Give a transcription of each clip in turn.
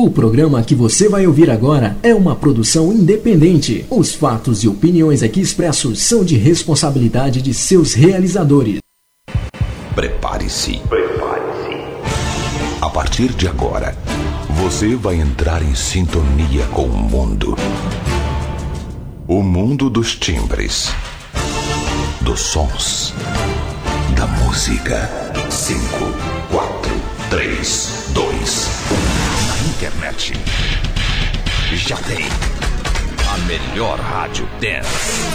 O programa que você vai ouvir agora é uma produção independente. Os fatos e opiniões aqui expressos são de responsabilidade de seus realizadores. Prepare-se. A partir de agora, você vai entrar em sintonia com o mundo. O mundo dos timbres, dos sons, da música. 5, 4, 3, 2, 1. Na internet já tem a melhor rádio dance.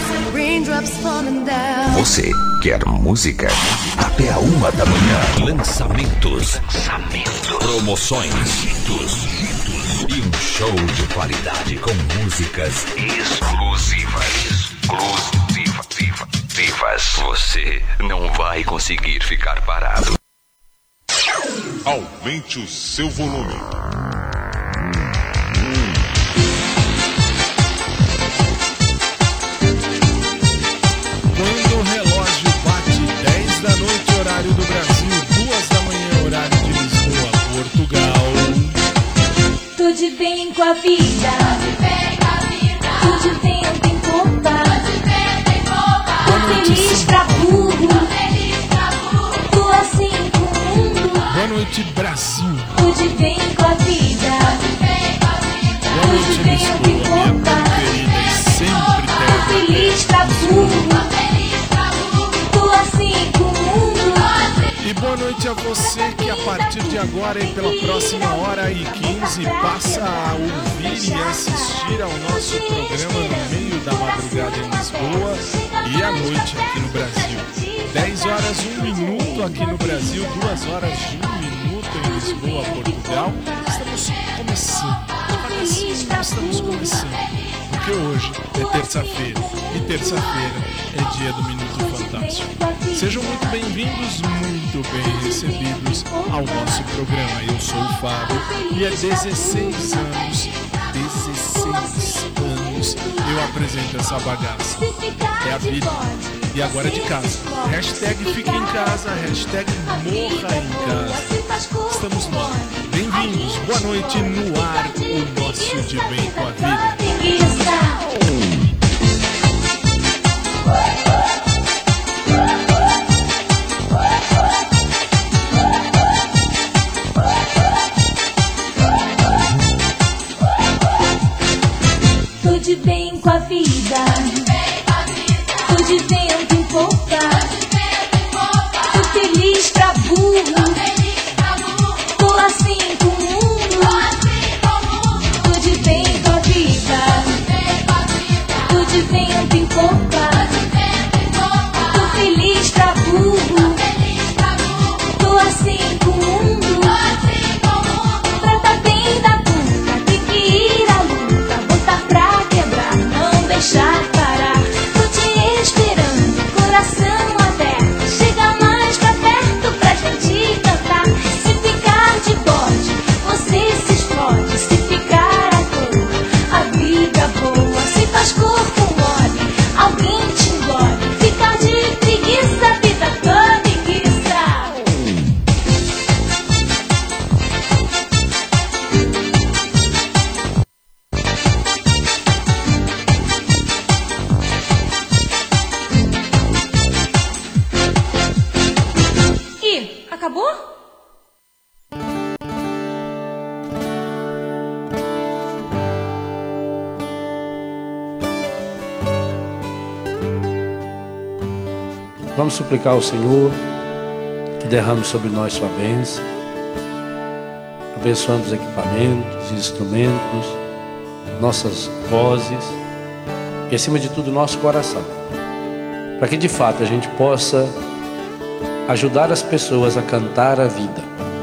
Você quer música? Até a 1 da manhã. Lançamentos. Promoções. E um show de qualidade com músicas exclusivas. Você não vai conseguir ficar parado. Aumente o seu volume. Quando o relógio bate 10 da noite, horário do Brasil, 2 da manhã, horário de Lisboa, Portugal. Tudo bem com a vida, tudo bem, não tem culpa. Tô feliz pra burro, tô assim com o mundo. Boa noite, Brasil. Tudo bem com a vida, Boa noite, tudo bem, não tem Lisboa, minha culpa. mãe querida e sempre Tô terra. feliz pra burro, tô assim com o mundo. E boa noite a você que a partir de agora e pela próxima hora e 15 passa a ouvir e assistir ao nosso programa no meio da madrugada em Lisboa e à noite aqui no Brasil. 10 horas 1 minuto aqui no Brasil, 2 horas 1 minuto em Lisboa, Portugal. Estamos começando, devagarzinho estamos começando. Porque hoje é terça-feira e terça-feira é dia do Minuto Fantástico. Sejam muito bem-vindos, muito bem recebidos ao nosso programa. Eu sou o Fábio e há 16 anos eu apresento essa bagaça. É a vida. E agora é de casa. Hashtag fique em casa, hashtag morra em casa. Estamos nós. Bem-vindos, boa noite no ar, o nosso De Bem com a Vida. Tudo bem com a vida, tudo bem, não tem pouca. Tô feliz pra burro, tô assim com o mundo. Tudo bem com a vida, tudo bem, não tem pouca. Tô feliz pra burro, tô assim com o mundo. Trata bem da puta, tem que ir à luta, botar pra quebrar, não deixar parar. Tô te esperando, coração aberto. Chega mais pra perto pra gente cantar. Se ficar de bode, você se explode. Se ficar à toa, a vida boa. Se faz corpo mole, alguém te engole. Ficar de preguiça, a vida toda enguiça. Ih, acabou? Vamos suplicar ao Senhor que derrame sobre nós sua bênção, abençoando os equipamentos, instrumentos, nossas vozes e, acima de tudo, nosso coração, para que de fato a gente possa ajudar as pessoas a cantar a vida.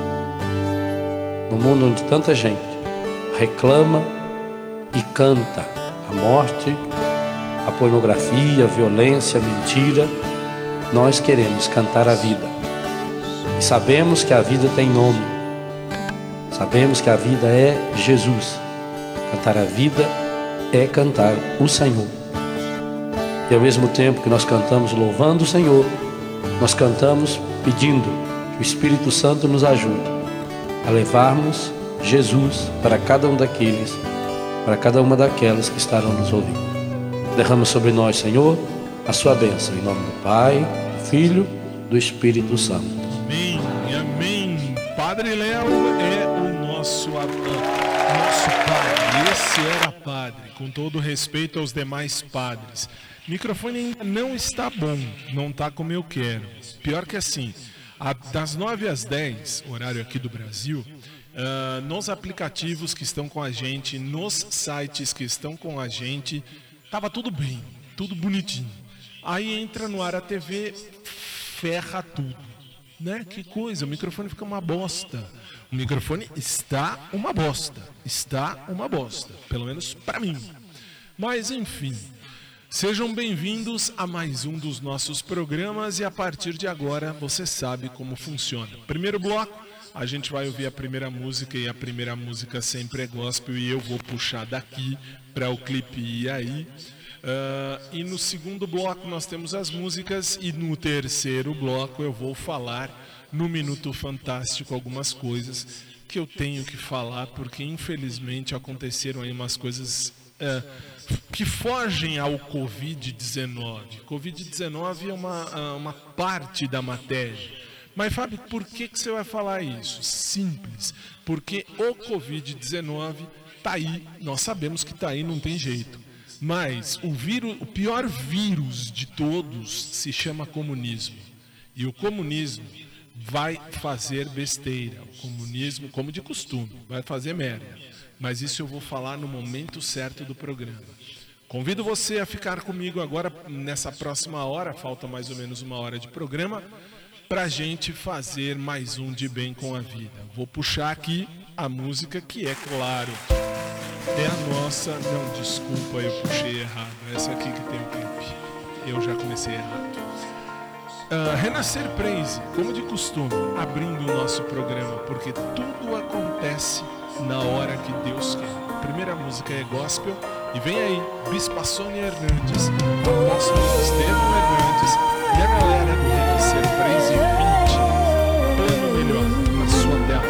No mundo onde tanta gente reclama e canta a morte, a pornografia, a violência, a mentira, nós queremos cantar a vida. E sabemos que a vida tem nome. Sabemos que a vida é Jesus. Cantar a vida é cantar o Senhor. E ao mesmo tempo que nós cantamos louvando o Senhor, nós cantamos pedindo que o Espírito Santo nos ajude a levarmos Jesus para cada um daqueles, para cada uma daquelas que estarão nos ouvindo. Derrama sobre nós, Senhor, a sua bênção, em nome do Pai, do Filho, do Espírito Santo. Amém, amém. Padre Léo é o nosso padre. Esse era padre, com todo respeito aos demais padres. O microfone ainda não está bom, não está como eu quero. Pior que assim, das 9 às 10, horário aqui do Brasil, nos aplicativos que estão com a gente, nos sites que estão com a gente, tava tudo bem, tudo bonitinho. Aí entra no ar a TV, ferra tudo, né? Que coisa, o microfone fica uma bosta. O microfone está uma bosta, pelo menos para mim. Mas enfim, sejam bem-vindos a mais um dos nossos programas e a partir de agora você sabe como funciona. Primeiro bloco, a gente vai ouvir a primeira música e a primeira música sempre é gospel e eu vou puxar daqui para o clipe ir aí. E no segundo bloco nós temos as músicas e no terceiro bloco eu vou falar no Minuto Fantástico algumas coisas que eu tenho que falar porque infelizmente aconteceram aí umas coisas que fogem ao Covid-19. Covid-19 é uma parte da matéria. Mas Fábio, por que você vai falar isso? Simples, porque o Covid-19 está aí, nós sabemos que está aí, não tem jeito. Mas o pior vírus de todos se chama comunismo. E o comunismo vai fazer besteira. O comunismo, como de costume, vai fazer merda. Mas isso eu vou falar no momento certo do programa. Convido você a ficar comigo agora nessa próxima hora, falta mais ou menos uma hora de programa, pra gente fazer mais um de Bem com a Vida. Vou puxar aqui a música que é claro. É a nossa... Não, desculpa, eu puxei errado. Essa aqui que tem o clipe. Eu já comecei errado. Renascer Praise, como de costume, abrindo o nosso programa, porque tudo acontece na hora que Deus quer. A primeira música é gospel e vem aí, Bispa Sônia Hernandes, Apóstolo Estevão Hernandes e a galera do Renascer Praise 20. Plano melhor, na sua tela.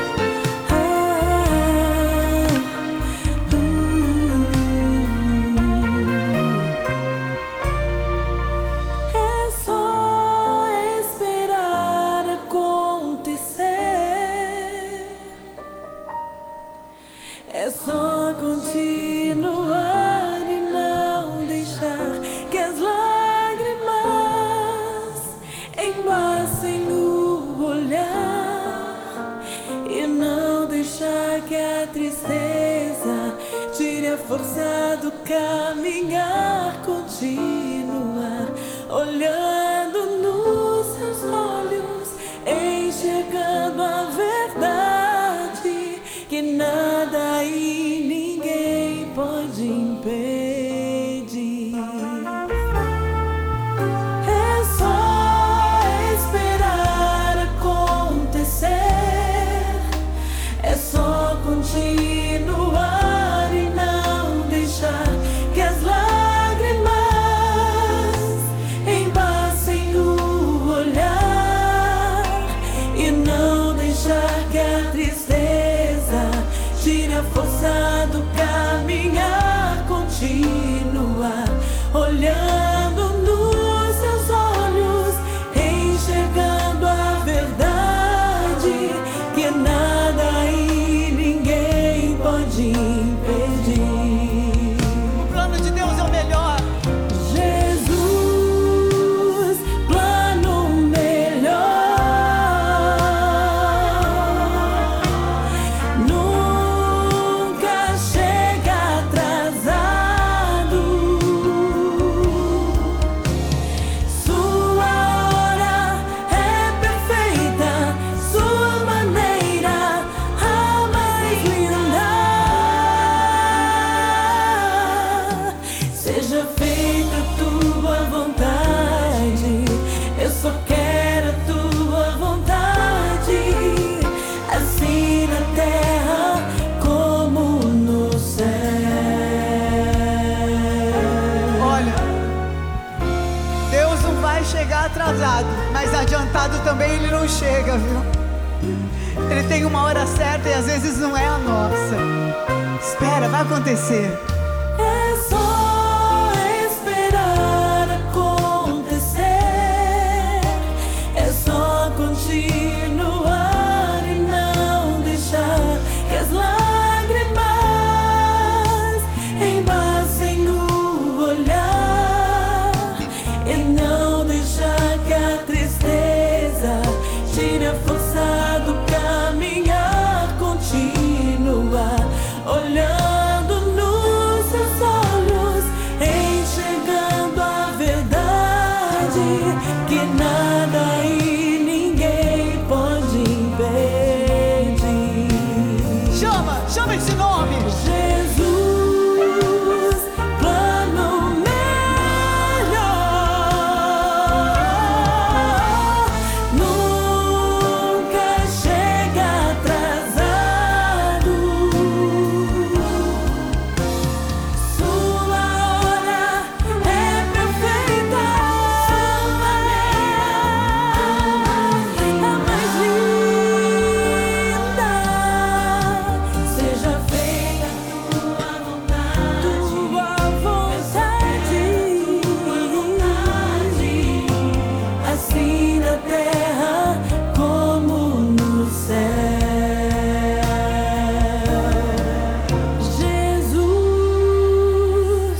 É só continuar e não deixar que as lágrimas embaçem o olhar e não deixar que a tristeza tire a força do caminhar, continuar olhando nos seus olhos, enxergando a verdade que nada e ninguém pode impedir. É só esperar acontecer, é só continuar e não deixar que as lágrimas embaçem o olhar e não deixar que a tristeza tire a força do caminhar, continuar olhando nos seus olhos, enxergando a verdade que nada e ninguém pode impedir. O plano de Deus é o melhor. Jesus, plano melhor, nunca chega atrasado. Sua hora é perfeita, sua maneira a mais linda. Seja feita a tua vontade, eu só quero a tua vontade, assim na terra como no céu. Olha, Deus não vai chegar atrasado, mas adiantado também Ele não chega, viu? Ele tem uma hora certa e às vezes não é a nossa. Espera, vai acontecer. É só esperar acontecer. É só continuar e não deixar que as lágrimas embaçem o olhar. E não deixar que a tristeza tire a força do caminhar. Continuar olhando nos seus olhos, enxergando a verdade que nada e ninguém pode impedir. Chama esse nome. Jesus, plano melhor, nunca chega atrasado. Sua hora é perfeita, sua maneira a mais linda. Seja feita tua vontade, assim na terra como no céu. Jesus,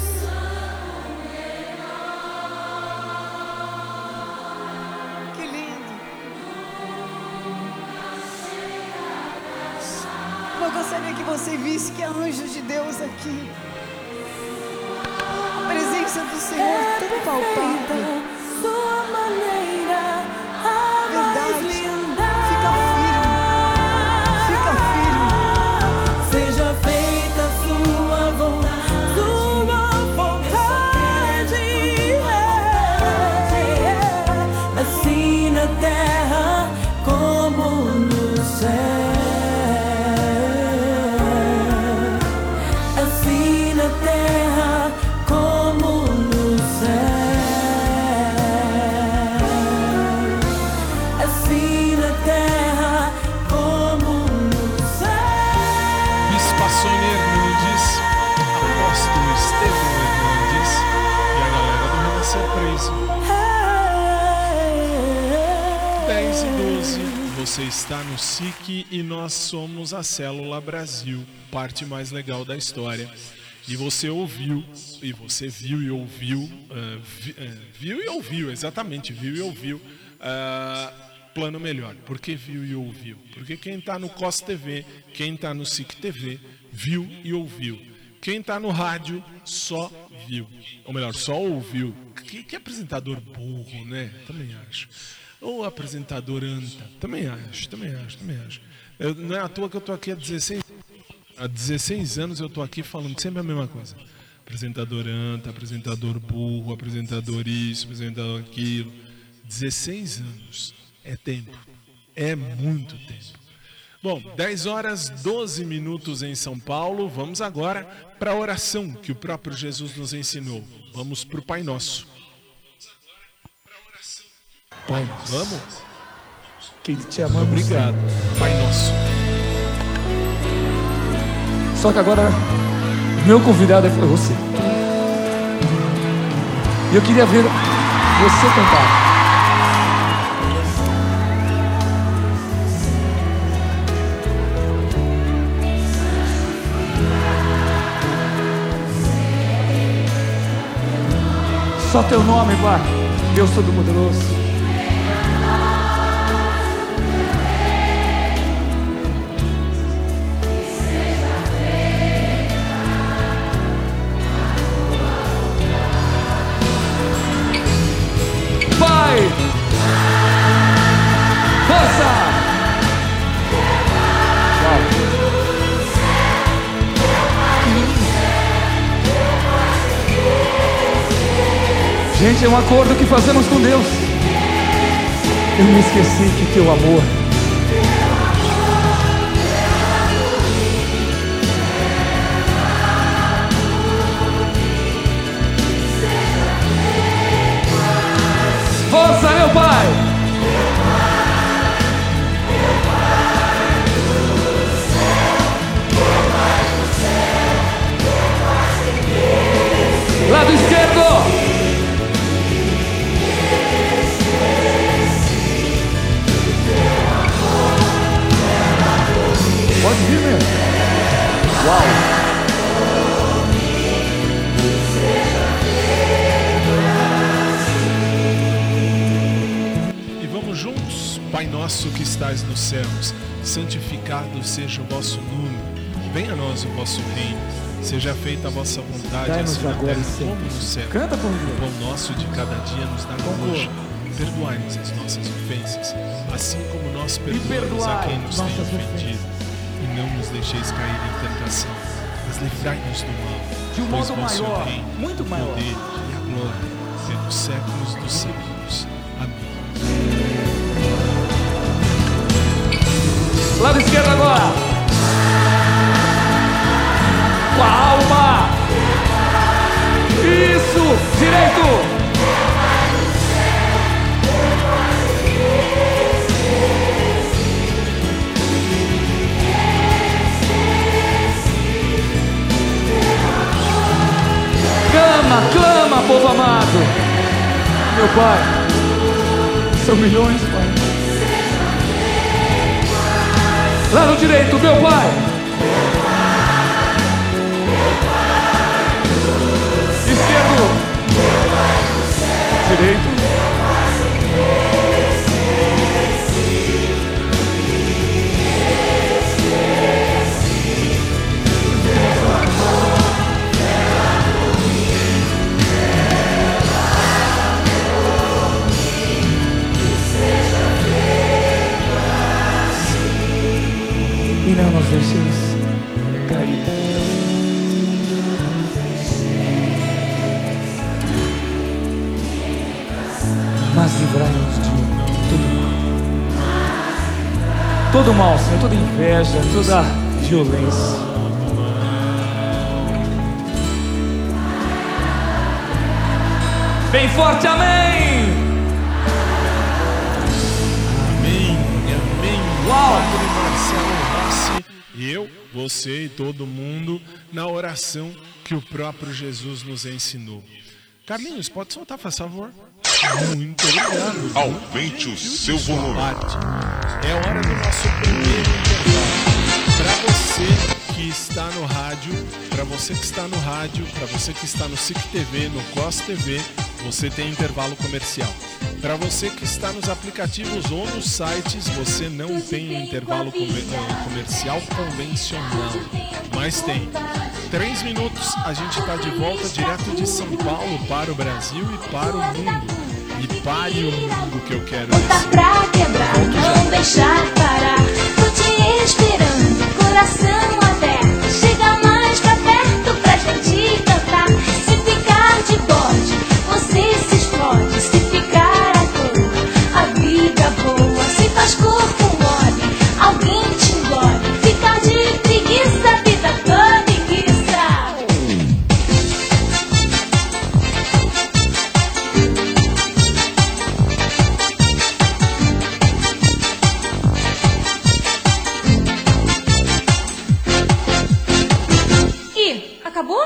Que lindo. Eu gostaria que você visse que há anjos de Deus aqui. A presença do Senhor tão palpável. sua maneira a mais Verdade. linda. Fica firme. Seja feita sua vontade, assim na terra como no céu. Assim na terra como no céu. Assim na terra como no céu. Bispa Sônia Hernandes, apóstolo Estevão Hernandes e a galera do Renascer Praise. 10 e 12, você está no SIC e nós somos a Célula Brasil, parte mais legal da história. E você ouviu, e você viu e ouviu, viu e ouviu, exatamente, viu e ouviu, Plano Melhor. Por que viu e ouviu? Porque quem está no COS TV, quem está no SIC TV, viu e ouviu. Quem está no rádio só viu, ou melhor, só ouviu. Que apresentador burro, né? Também acho. Ou apresentador anta, também acho. Não é à toa que eu tô aqui há 16 anos, eu tô aqui falando sempre a mesma coisa. Apresentador anta, apresentador burro, apresentador isso, apresentador aquilo. 16 anos. É tempo. É muito tempo. Bom, 10 horas 12 minutos em São Paulo. Vamos agora para a oração que o próprio Jesus nos ensinou. Vamos para o Pai Nosso. Pai nosso, Vamos? que te amamos. Obrigado. Pai Nosso. Só que agora, meu convidado foi você. E eu queria ver você cantar. Só teu nome, Pai, Deus Todo-Poderoso. Pai, força! Gente, é um acordo que fazemos com Deus. Eu me esqueci que teu amor força, meu Pai! Pode vir mesmo. Uau! E vamos juntos. Pai nosso que estais nos céus, santificado seja o vosso nome. Venha a nós o vosso reino. Seja feita a vossa vontade, Dai-nos assim na agora terra e sempre. como no céu. Canta comigo. O pão nosso de cada dia nos dá hoje. Perdoai-nos as nossas ofensas, assim como nós perdoamos a quem nos tem ofendido. E não nos deixeis cair em tentação, mas livrai-nos do mal. De um pois modo vosso é o maior, reino, muito o maior. poder e a glória, pelos séculos dos séculos. Amém. Lado esquerdo agora. Com a alma. Isso. Direito. Clama, povo amado. Meu Pai, são milhões, Pai. Lá no direito, meu Pai. Esquerdo. Direito. E não nos deixeis cair. Mas livrai-nos de todo mal. Todo mal, Senhor, toda inveja, toda violência. Bem forte, amém! Amém, amém. Uau! Padre Marcelo Rossi, eu, você e todo mundo na oração que o próprio Jesus nos ensinou. Carlinhos, pode soltar, faz favor? Muito obrigado. Aumente o seu volume. É hora do nosso primeiro intervalo. Para você que está no rádio, para você que está no rádio, para você que está no SIC TV, no COS TV, você tem intervalo comercial. Para você que está nos aplicativos ou nos sites, você não tem um intervalo comercial convencional, mas tem. 3 minutos, a gente está de volta direto de São Paulo para o Brasil e para o mundo. E pare o mundo que eu quero Botar dizer. pra quebrar, não deixar parar. Tô te esperando, coração aberto. Chega mais pra perto pra gente cantar. Se ficar de bode, você se explode. Se ficar à toa, a vida boa. Se faz corpo mole, alguém te engole. Ficar de preguiça, a vida toda enguiça. Ih, acabou?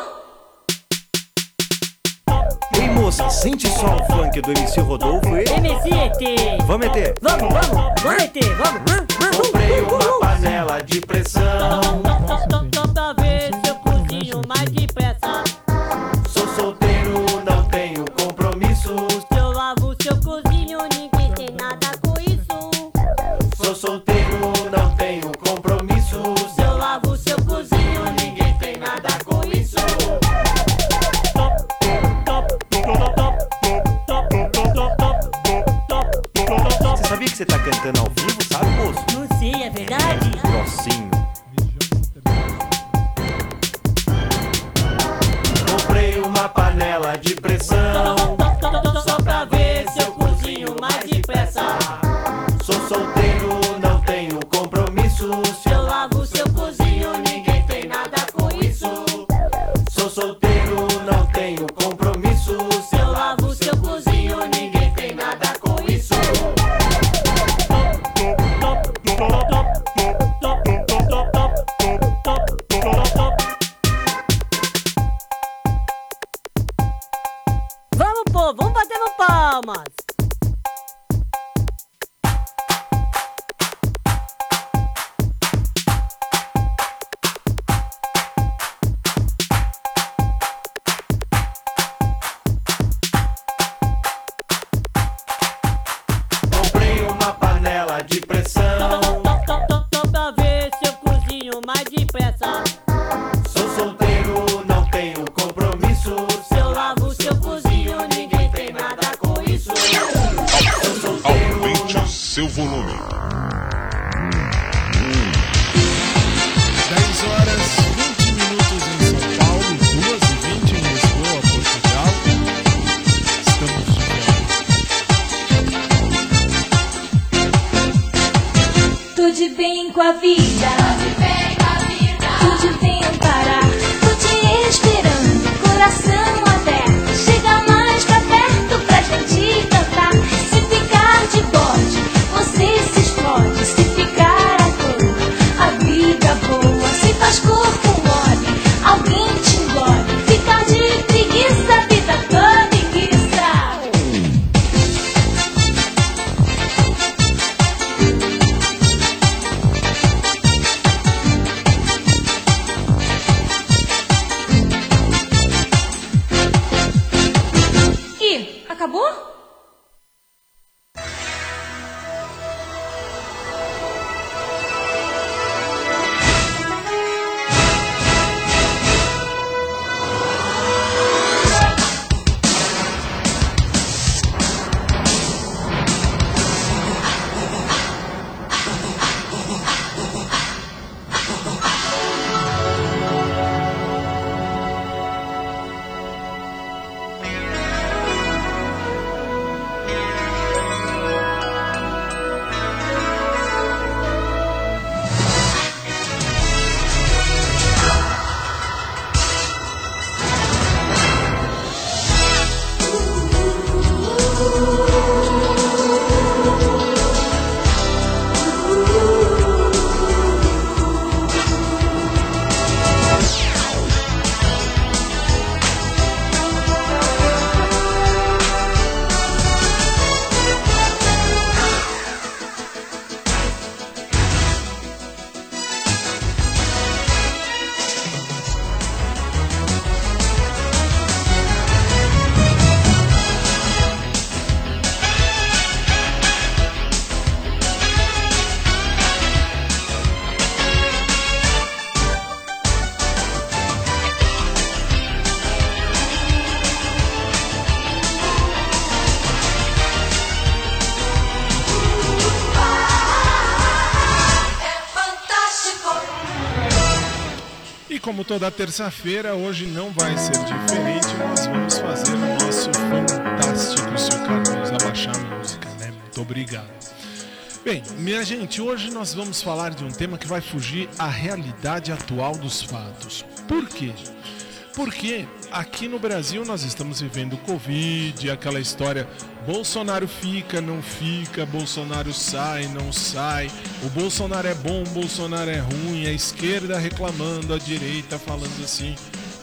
Ei moça, sente só o funk do MC Rodolfo e... MCT! Vamos meter? Vamos meter, vamos! Comprei uma panela de pressão. Só pra ver se eu cozinho mais depressa. Sou solteiro, não tenho compromisso. Se eu lavo, se eu cozinho, ninguém tem nada com isso. Sou solteiro, não tenho compromisso. Se eu lavo, se eu cozinho, ninguém tem nada com isso. Você sabia que você tá cantando ao vivo, sabe, moço? Não sei, é verdade? Grossinho. Comprei uma panela de pressão. Só pra ver se eu cozinho mais depressa. Sou solteiro, não tenho compromisso. Se eu lavo, se eu cozinho, ninguém tem nada com isso. Sou solteiro, não tenho compromisso. Se eu lavo, se eu cozinho, ninguém tem nada com isso. com a vida. Tudo vem parar. Tô te esperando, coração aberto. Chega mais pra perto pra gente cantar. Se ficar de bode, você se explode. Se ficar à toa, a vida boa. Se faz corpo mole, alguém te engole. Ficar de preguiça, a vida toda enguiça. Ih, acabou? Como toda terça-feira, hoje não vai ser diferente. Nós vamos fazer o nosso fantástico Seu Carlos abaixar a música, né? Muito obrigado. Bem, minha gente, hoje nós vamos falar de um tema que vai fugir à realidade atual dos fatos. Por quê? Porque aqui no Brasil nós estamos vivendo Covid, aquela história, Bolsonaro fica, não fica, Bolsonaro sai, não sai, o Bolsonaro é bom, o Bolsonaro é ruim, a esquerda reclamando, a direita falando assim.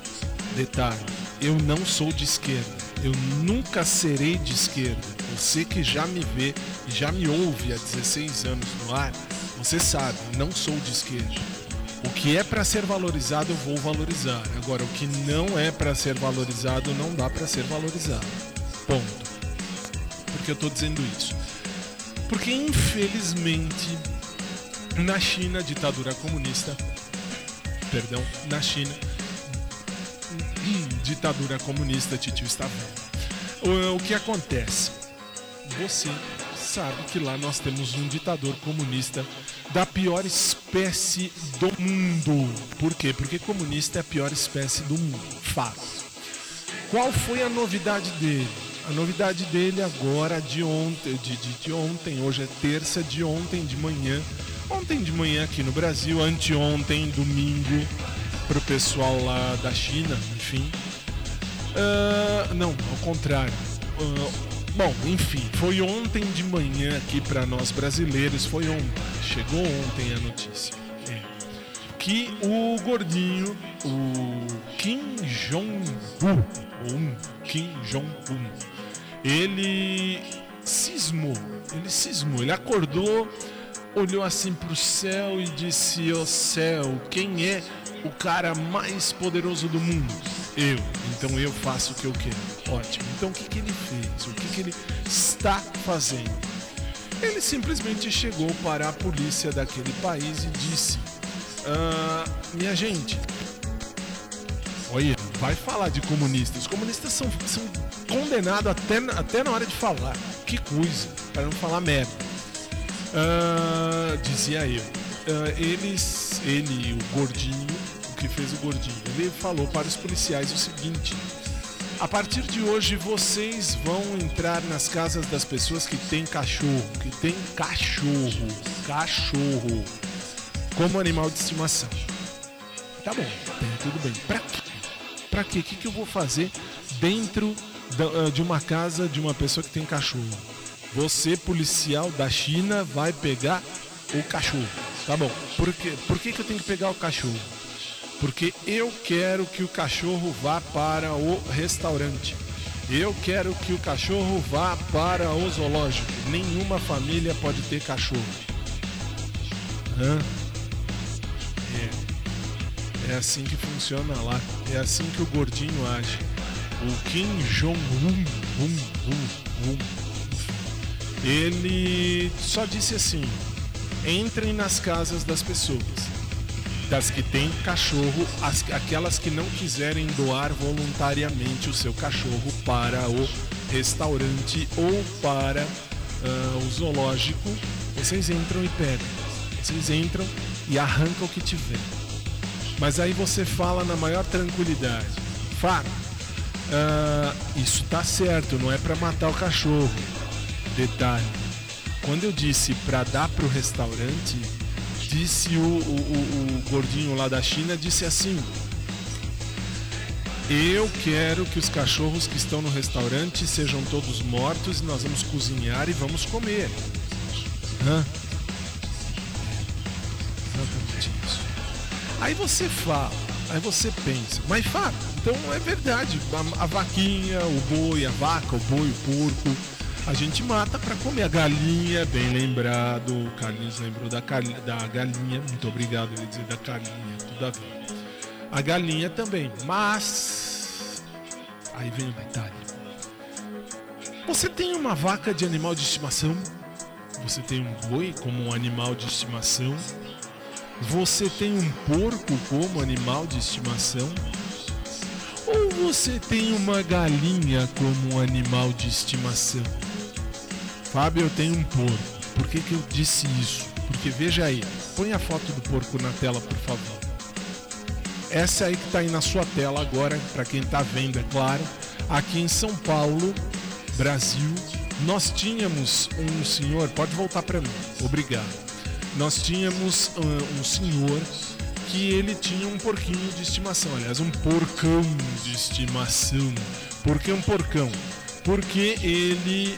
Detalhe, eu não sou de esquerda, eu nunca serei de esquerda. Você que já me vê, já me ouve há 16 anos no ar, você sabe, não sou de esquerda. O que é para ser valorizado eu vou valorizar. Agora, o que não é para ser valorizado não dá para ser valorizado. Ponto. Por que eu estou dizendo isso? Porque, infelizmente, na China, ditadura comunista... Perdão, na China, ditadura comunista, titio está vendo. O que acontece? Você sabe que lá nós temos um ditador comunista da pior espécie do mundo. Por quê? Porque comunista é a pior espécie do mundo. Fato. Qual foi a novidade dele? A novidade dele agora de ontem, de ontem, hoje é terça, de ontem de manhã. Ontem de manhã aqui no Brasil, anteontem, domingo, pro pessoal lá da China, enfim. Não, ao contrário. Bom, enfim, foi ontem de manhã aqui para nós brasileiros, foi ontem, chegou ontem a notícia, que o gordinho, o Kim Jong-un, ele cismou, ele acordou, olhou assim pro céu e disse: "Ó céu, quem é o cara mais poderoso do mundo? Eu. Então eu faço o que eu quero." Ótimo. Então o que ele fez? O que ele está fazendo? Ele simplesmente chegou para a polícia daquele país e disse: minha gente, olha, vai falar de comunistas. Os comunistas são condenados até na hora de falar. Que coisa, para não falar merda. Dizia eu. Ele, o gordinho, o que fez o gordinho, ele falou para os policiais o seguinte: a partir de hoje vocês vão entrar nas casas das pessoas que tem cachorro, como animal de estimação. Tá bom, tudo bem. Pra quê? Pra quê? O que eu vou fazer dentro de uma casa de uma pessoa que tem cachorro? Você, policial da China, vai pegar o cachorro. Tá bom. Por que eu tenho que pegar o cachorro? Porque eu quero que o cachorro vá para o restaurante. Eu quero que o cachorro vá para o zoológico. Nenhuma família pode ter cachorro. É assim que funciona lá. É assim que o gordinho age. O Kim Jong-un, ele só disse assim: entrem nas casas das pessoas, das que têm cachorro, aquelas que não quiserem doar voluntariamente o seu cachorro para o restaurante ou para o zoológico, vocês entram e pegam. Vocês entram e arrancam o que tiver. Mas aí você fala na maior tranquilidade: Fábio, isso tá certo, não é para matar o cachorro. Detalhe, quando eu disse para dar pro restaurante, disse o gordinho lá da China, disse assim: eu quero que os cachorros que estão no restaurante sejam todos mortos e nós vamos cozinhar e vamos comer. Exatamente isso. Aí você fala, aí você pensa, mas Fábio, então é verdade, a vaquinha, o boi, a vaca, o boi, o porco, a gente mata para comer. A galinha, bem lembrado, o Carlinhos lembrou da galinha, muito obrigado, ele dizer da galinha, tudo a ver. A galinha também, mas aí vem o detalhe. Você tem uma vaca de animal de estimação? Você tem um boi como um animal de estimação? Você tem um porco como animal de estimação? Ou você tem uma galinha como um animal de estimação? Fábio, eu tenho um porco. Por que eu disse isso? Porque veja aí, põe a foto do porco na tela, por favor. Essa aí que está aí na sua tela agora, para quem está vendo, é claro. Aqui em São Paulo, Brasil, nós tínhamos um senhor, pode voltar para mim, obrigado. Nós tínhamos um senhor que ele tinha um porquinho de estimação, aliás, um porcão de estimação. Por que um porcão? Porque ele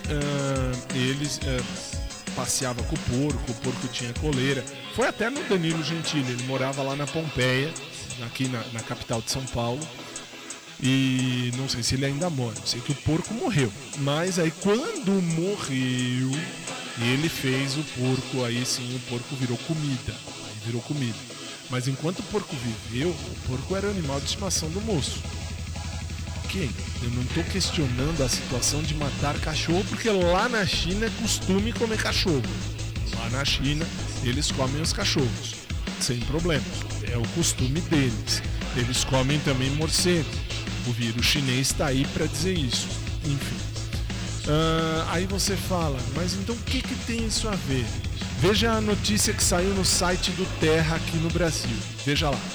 passeava com o porco tinha coleira. Foi até no Danilo Gentili, ele morava lá na Pompeia, aqui na capital de São Paulo. E não sei se ele ainda mora, sei que o porco morreu. Mas aí quando morreu, ele fez o porco, aí sim o porco virou comida. Aí virou comida. Mas enquanto o porco viveu, o porco era o animal de estimação do moço. Ok, eu não estou questionando a situação de matar cachorro, porque lá na China é costume comer cachorro. Lá na China eles comem os cachorros, sem problema. É o costume deles. Eles comem também morcego. O vírus chinês está aí para dizer isso. Enfim. Aí você fala, mas então o que tem isso a ver? Veja a notícia que saiu no site do Terra aqui no Brasil. Veja lá.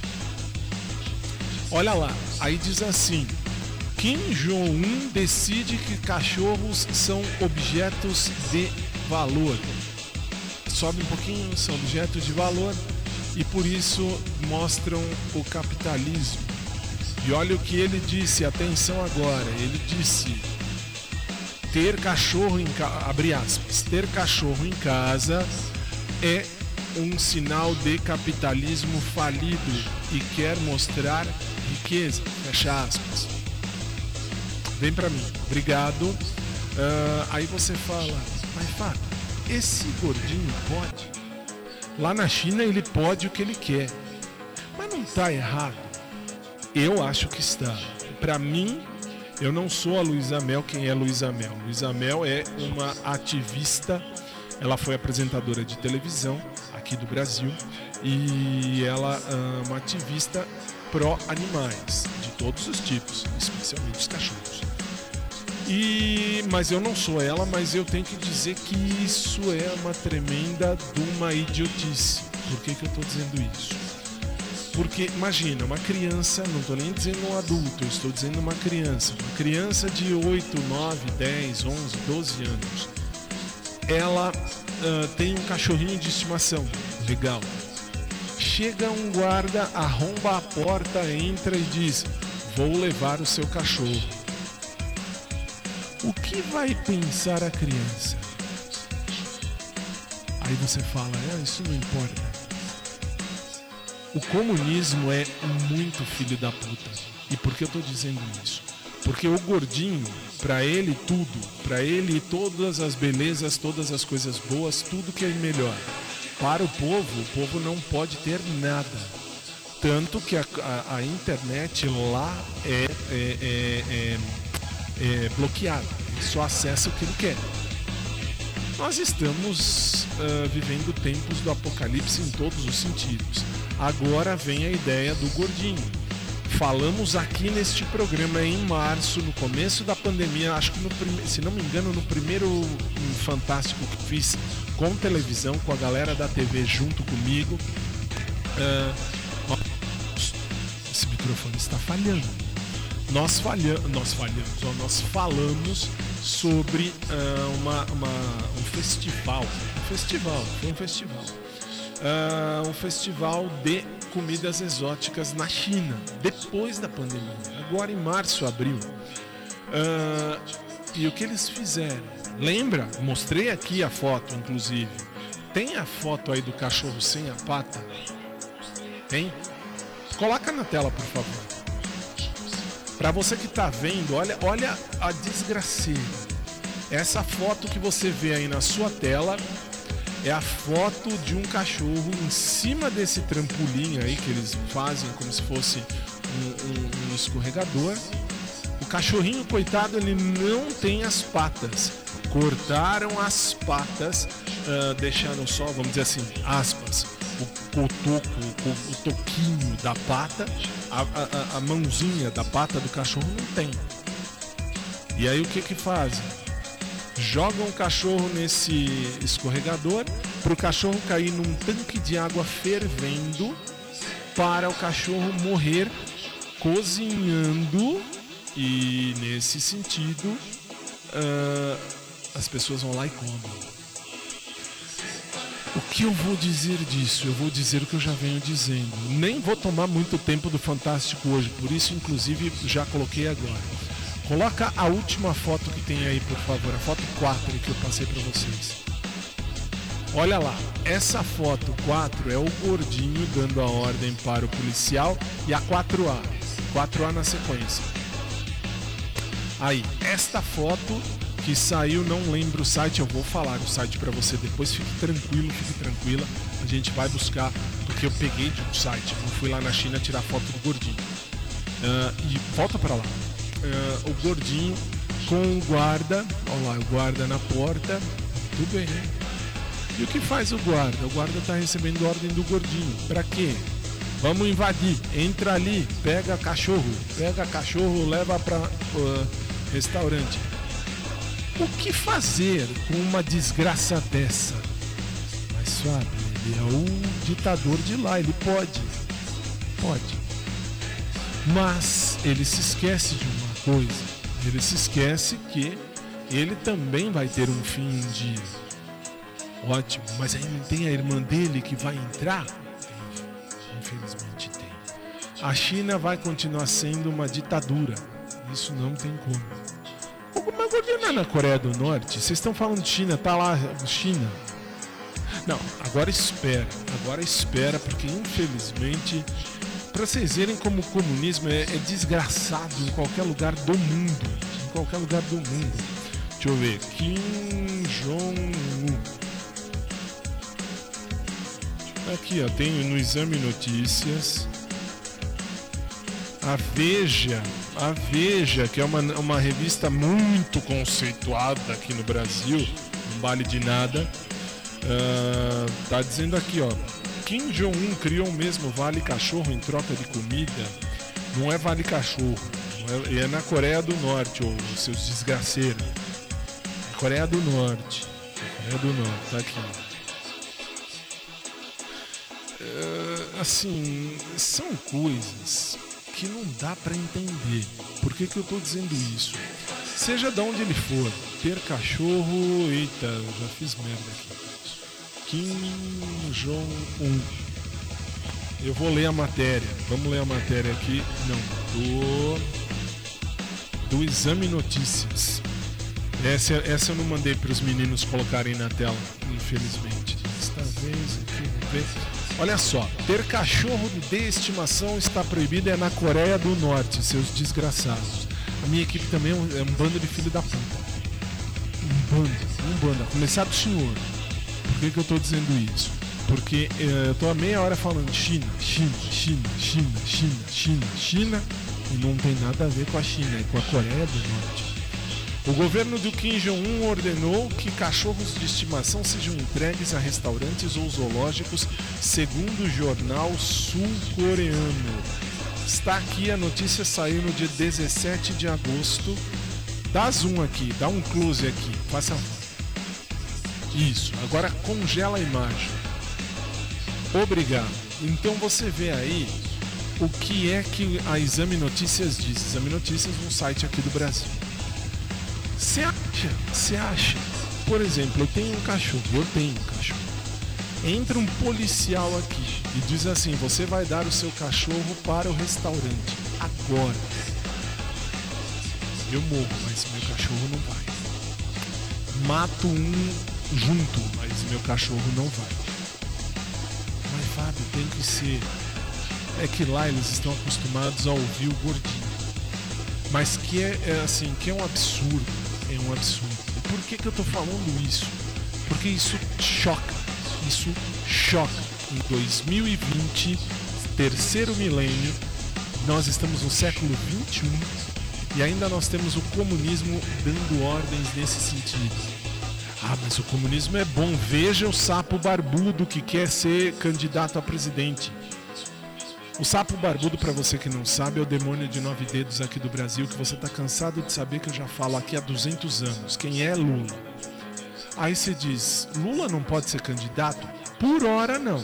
Olha lá. Aí diz assim: Kim Jong-un decide que cachorros são objetos de valor. Sobe um pouquinho, são objetos de valor e por isso mostram o capitalismo. E olha o que ele disse, atenção agora, ele disse: ter cachorro em casa, abre aspas, ter cachorro em casa é um sinal de capitalismo falido e quer mostrar riqueza, fecha aspas. Vem pra mim, obrigado. Aí você fala, mas Fábio, esse gordinho pode? Lá na China ele pode o que ele quer, mas não tá errado? Eu acho que está. Pra mim, eu não sou a Luísa Mel. Quem é Luísa Mel? Luísa Mel é uma ativista, ela foi apresentadora de televisão aqui do Brasil e ela é uma ativista pró-animais, de todos os tipos, especialmente os cachorros. Mas eu não sou ela, mas eu tenho que dizer que isso é uma tremenda de uma idiotice. Por que eu estou dizendo isso? Porque imagina, uma criança, não estou nem dizendo um adulto, eu estou dizendo uma criança de 8, 9, 10, 11, 12 anos. Ela tem um cachorrinho de estimação, legal. chega um guarda, arromba a porta, entra e diz: vou levar o seu cachorro. O que vai pensar a criança? Aí você fala: isso não importa. O comunismo é muito filho da puta. E por que eu tô dizendo isso? Porque o gordinho, pra ele tudo, pra ele todas as belezas, todas as coisas boas, tudo que é melhor. Para o povo não pode ter nada. Tanto que a internet lá é bloqueada. Ele só acessa o que ele quer. Nós estamos vivendo tempos do apocalipse em todos os sentidos. Agora vem a ideia do gordinho. Falamos aqui neste programa em março, no começo da pandemia, acho que se não me engano, no primeiro Fantástico que fiz com televisão, com a galera da TV junto comigo. Esse microfone está falhando. Nós falamos sobre um festival. Um festival de comidas exóticas na China, depois da pandemia, agora em março, abril. E o que eles fizeram? Lembra? Mostrei aqui a foto, inclusive. Tem a foto aí do cachorro sem a pata? Tem? Coloca na tela, por favor. Para você que tá vendo, olha a desgraceira. Essa foto que você vê aí na sua tela é a foto de um cachorro em cima desse trampolim aí que eles fazem como se fosse um escorregador. O cachorrinho, coitado, ele não tem as patas. Cortaram as patas, deixaram só, vamos dizer assim, aspas, o toquinho da pata, a mãozinha da pata do cachorro não tem. E aí o que fazem? Jogam o cachorro nesse escorregador para o cachorro cair num tanque de água fervendo, para o cachorro morrer cozinhando. E nesse sentido as pessoas vão lá e comem. O que eu vou dizer disso? Eu vou dizer o que eu já venho dizendo. Nem vou tomar muito tempo do Fantástico hoje, por isso inclusive já coloquei agora. Coloca a última foto que tem aí, por favor, a foto 4 que eu passei para vocês. Olha lá, essa foto 4 é o gordinho dando a ordem para o policial e a 4A na sequência. Aí, esta foto que saiu, não lembro o site, eu vou falar o site para você depois, fique tranquila, a gente vai buscar, porque eu peguei de um site, eu fui lá na China tirar foto do gordinho. E volta para lá. O gordinho com o guarda, olha lá, o guarda na porta, tudo bem, né? E o que faz o guarda? O guarda está recebendo ordem do gordinho. Para quê? Vamos invadir, entra ali, pega cachorro, leva para restaurante. O que fazer com uma desgraça dessa? Mas sabe, ele é o ditador de lá, ele pode. Mas ele se esquece de uma coisa. Ele se esquece que ele também vai ter um fim um dia. Ótimo, mas aí não tem a irmã dele que vai entrar? Infelizmente tem. A China vai continuar sendo uma ditadura. Isso não tem como. Alguma coisa na Coreia do Norte? Vocês estão falando de China, tá lá, China. Não, agora espera, porque infelizmente, para vocês verem como o comunismo é desgraçado em qualquer lugar do mundo. Deixa eu ver. Kim Jong-un. Aqui, ó, tem no Exame Notícias. A Veja, que é uma revista muito conceituada aqui no Brasil, não vale de nada. Tá dizendo aqui, ó, Kim Jong-un criou o mesmo Vale Cachorro em troca de comida. Não é Vale Cachorro, é na Coreia do Norte, ô seus desgraceiros. Coreia do Norte, tá aqui. Assim, são coisas que não dá pra entender. Por que eu tô dizendo isso? Seja de onde ele for, ter cachorro... Eita, eu já fiz merda aqui. Kim Jong-un. Eu vou ler a matéria. Vamos ler a matéria aqui. Não, do Exame Notícias. Essa eu não mandei para os meninos colocarem na tela, infelizmente. Desta vez aqui, vamos ver. Olha só, ter cachorro de estimação está proibido na Coreia do Norte, seus desgraçados. A minha equipe também é um bando de filho da puta. Um bando. A começar do senhor. Por que eu tô dizendo isso? Porque eu tô há meia hora falando China, e não tem nada a ver com a China, é com a Coreia do Norte. O governo do Kim Jong-un ordenou que cachorros de estimação sejam entregues a restaurantes ou zoológicos, segundo o jornal sul-coreano. Está aqui, a notícia saiu no dia 17 de agosto. Dá zoom aqui, dá um close aqui, faça isso, agora congela a imagem. Obrigado. Então você vê aí o que é que a Exame Notícias diz. Exame Notícias, um site aqui do Brasil. Você acha, por exemplo, eu tenho um cachorro. Entra um policial aqui e diz assim: você vai dar o seu cachorro para o restaurante agora. Eu morro, mas meu cachorro não vai. Mato um junto, mas meu cachorro não vai. Mas Fábio, tem que ser. É que lá eles estão acostumados a ouvir o gordinho. Mas que é assim, que é um absurdo. É um absurdo. E por que eu tô falando isso? Porque isso choca. Em 2020, terceiro milênio, nós estamos no século 21 e ainda nós temos o comunismo dando ordens nesse sentido. Ah, mas o comunismo é bom. Veja o sapo barbudo que quer ser candidato a presidente. O sapo barbudo, para você que não sabe, é o demônio de 9 dedos aqui do Brasil, que você tá cansado de saber, que eu já falo aqui há 200 anos. Quem é Lula? Aí você diz, Lula não pode ser candidato? Por hora não.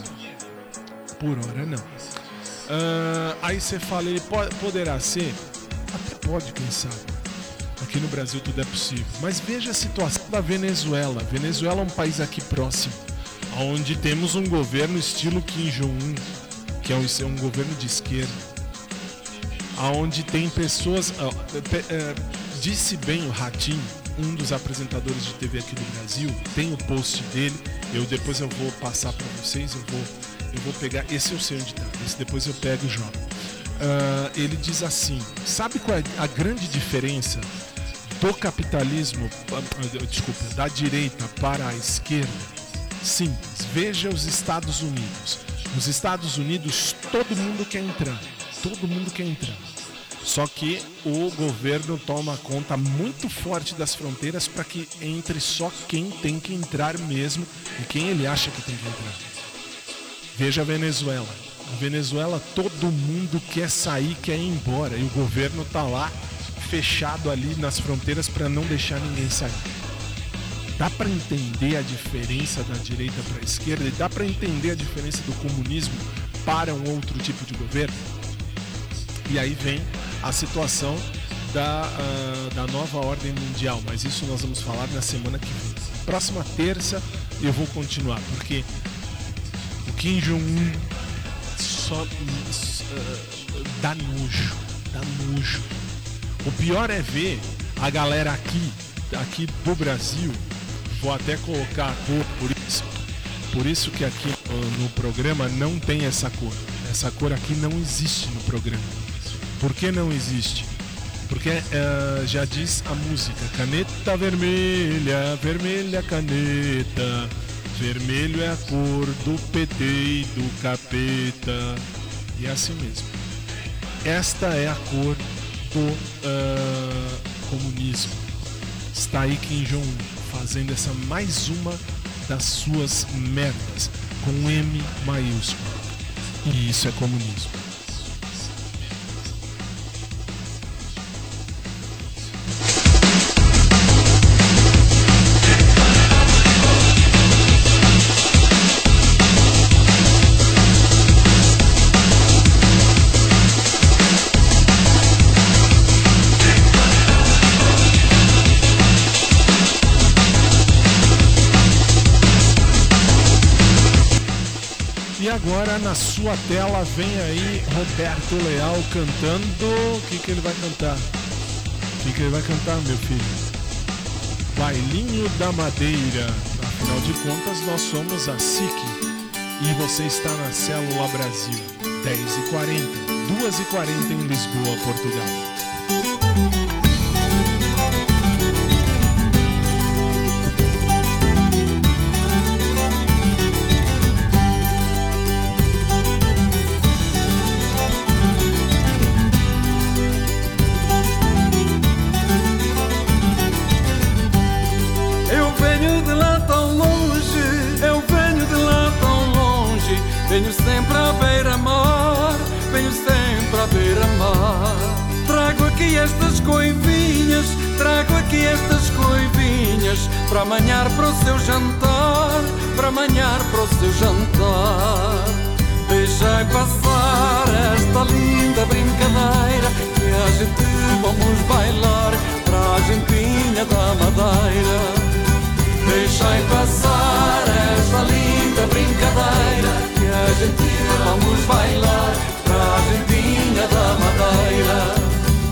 Aí você fala, ele poderá ser? Até pode, quem sabe. Aqui no Brasil tudo é possível. Mas veja a situação da Venezuela. Venezuela é um país aqui próximo, onde temos um governo estilo Kim Jong-un, que é um governo de esquerda, onde tem pessoas... disse bem o Ratinho, um dos apresentadores de TV aqui do Brasil, tem o post dele, depois eu vou passar para vocês, eu vou pegar, esse eu sei onde tá, esse depois eu pego e jogo. Ele diz assim, sabe qual é a grande diferença do capitalismo, da direita para a esquerda? Simples, veja os Estados Unidos. Nos Estados Unidos todo mundo quer entrar. Só que o governo toma conta muito forte das fronteiras para que entre só quem tem que entrar mesmo e quem ele acha que tem que entrar. Veja a Venezuela. A Venezuela todo mundo quer sair, quer ir embora. E o governo tá lá fechado ali nas fronteiras para não deixar ninguém sair. Dá para entender a diferença da direita para a esquerda e dá para entender a diferença do comunismo para um outro tipo de governo? E aí vem a situação da nova ordem mundial, mas isso nós vamos falar na semana que vem. Próxima terça eu vou continuar, porque o Kim Jong-un só dá nojo. O pior é ver a galera aqui do Brasil. Vou até colocar a cor, por isso que aqui no programa não tem essa cor. Essa cor aqui não existe no programa. Por que não existe? Porque já diz a música, caneta vermelha, vermelha caneta, vermelho é a cor do PT e do capeta. E é assim mesmo. Esta é a cor do comunismo. Está aí Kim Jong-un fazendo essa mais uma das suas merdas, com M maiúsculo. E isso é comunismo. agora na sua tela vem aí Roberto Leal cantando. O que ele vai cantar? O que ele vai cantar, meu filho? Bailinho da Madeira. Afinal de contas, nós somos a SIC e você está na Célula Brasil. 10h40, 2h40 em Lisboa, Portugal. Venho sempre à beira-mar, venho sempre à beira-mar. Trago aqui estas coivinhas, trago aqui estas coivinhas para amanhar para o seu jantar, para amanhar para o seu jantar. Deixai passar esta linda brincadeira que a gente vamos bailar para a gentinha da Madeira. Deixai passar esta linda brincadeira que a gente vamos bailar para a gentinha da Madeira.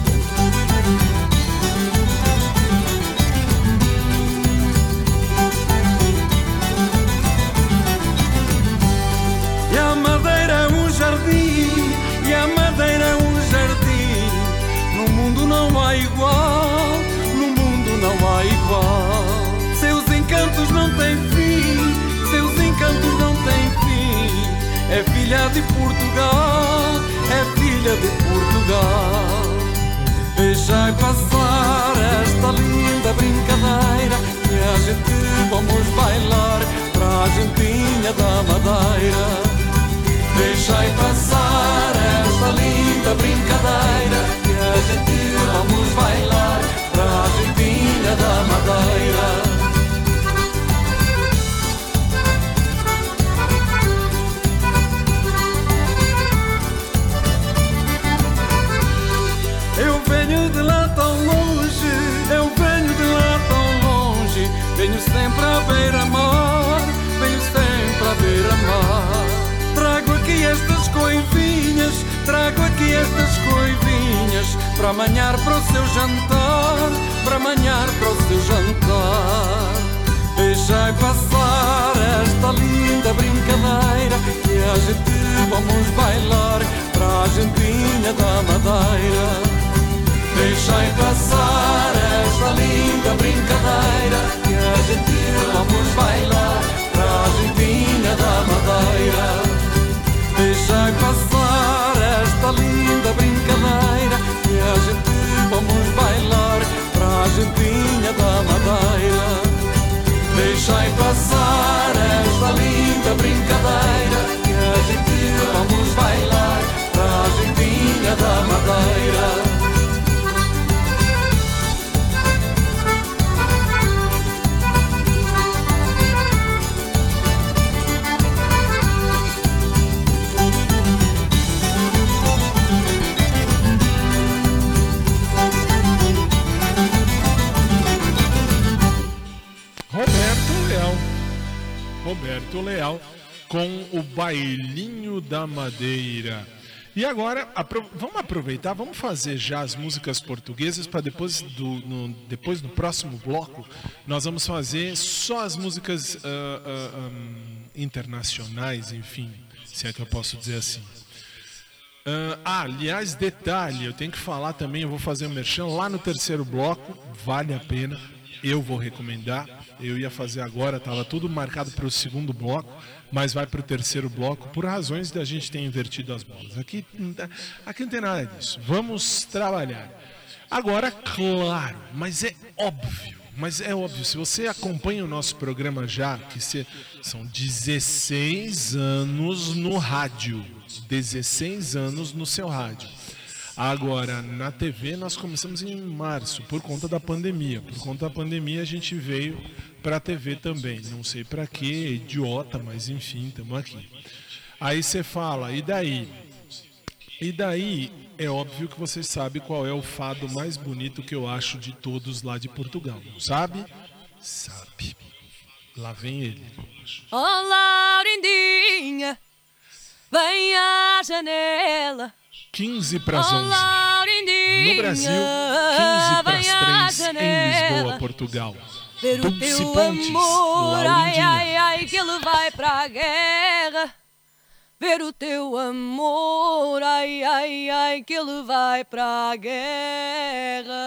E a Madeira é um jardim, e a Madeira é um jardim. No mundo não há igual, no mundo não há igual. Seus encantos não têm fim, seus encantos não têm fim. É filha de Portugal, é filha de Portugal. Deixai passar esta linda brincadeira que a gente vamos bailar para a gentinha da Madeira. Deixai passar esta linda brincadeira que a gente vamos bailar para a gentinha da Madeira. Eu venho de lá tão longe, eu venho de lá tão longe. Venho sempre à beira-mar, venho sempre à beira-mar. Trago aqui estas coivinhas, trago aqui estas coivinhas para amanhar para o seu jantar, para amanhar para o seu jantar. Deixai passar esta linda brincadeira que a gente vamos bailar para a gentinha da Madeira. Deixai passar esta linda brincadeira que a gente vamos bailar para a gentinha da Madeira. Deixai passar esta linda brincadeira que a gente vamos bailar para a gentinha da Madeira. Deixai passar esta linda brincadeira que a gente vamos bailar para a gentinha da Madeira. Roberto Leal com o Bailinho da Madeira. E agora, vamos aproveitar, vamos fazer já as músicas portuguesas para depois no próximo bloco nós vamos fazer só as músicas internacionais, enfim, se é que eu posso dizer assim. Aliás, detalhe, eu tenho que falar também, eu vou fazer um merchan lá no terceiro bloco, vale a pena, eu vou recomendar. Eu ia fazer agora, estava tudo marcado para o segundo bloco, mas vai para o terceiro bloco por razões da gente ter invertido as bolas. Aqui não tem nada disso. Vamos trabalhar. Agora, claro, mas é óbvio, se você acompanha o nosso programa já, que são 16 anos no rádio, 16 anos no seu rádio. Agora, na TV nós começamos em março, por conta da pandemia. Por conta da pandemia a gente veio para a TV também. Não sei para quê, idiota, mas enfim, estamos aqui. Aí você fala, e daí? E daí é óbvio que você sabe qual é o fado mais bonito que eu acho de todos lá de Portugal, não sabe? Sabe. Lá vem ele. Oh, Laurindinha, vem à janela. 15 para as 11. No Brasil, 15 para as 3 em Lisboa, Portugal. Ver o teu amor, ai, ai, ai, que ele vai para a guerra. Ver o teu amor, ai, ai, ai, que ele vai para a guerra.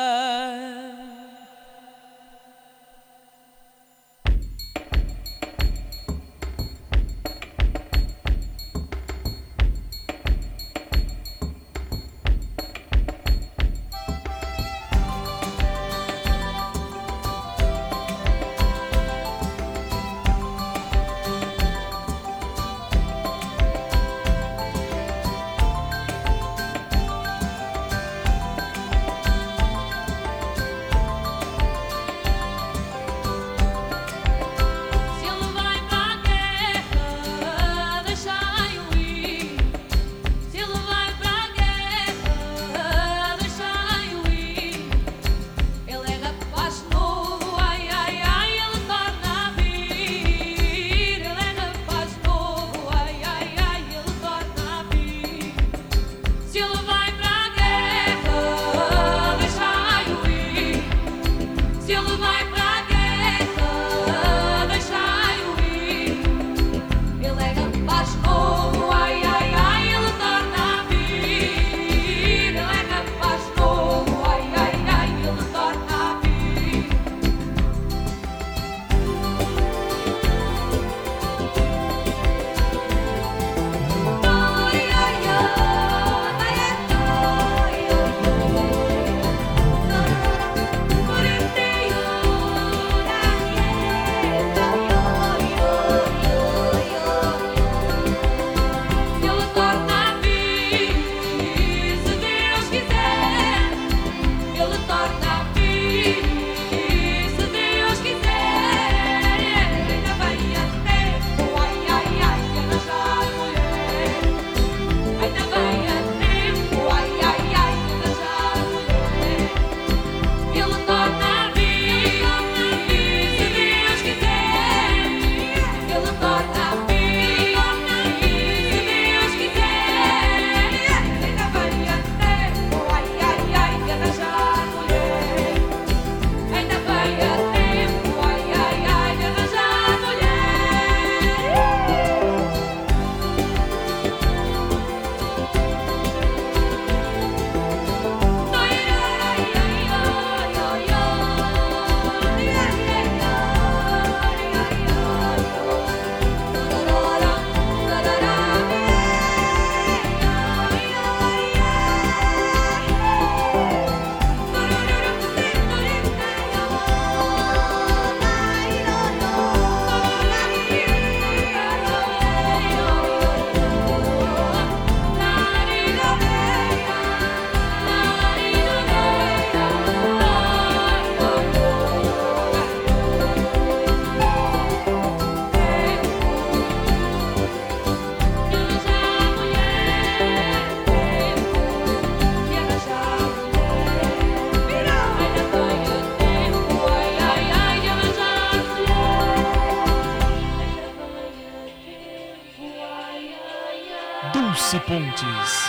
Dulce Pontes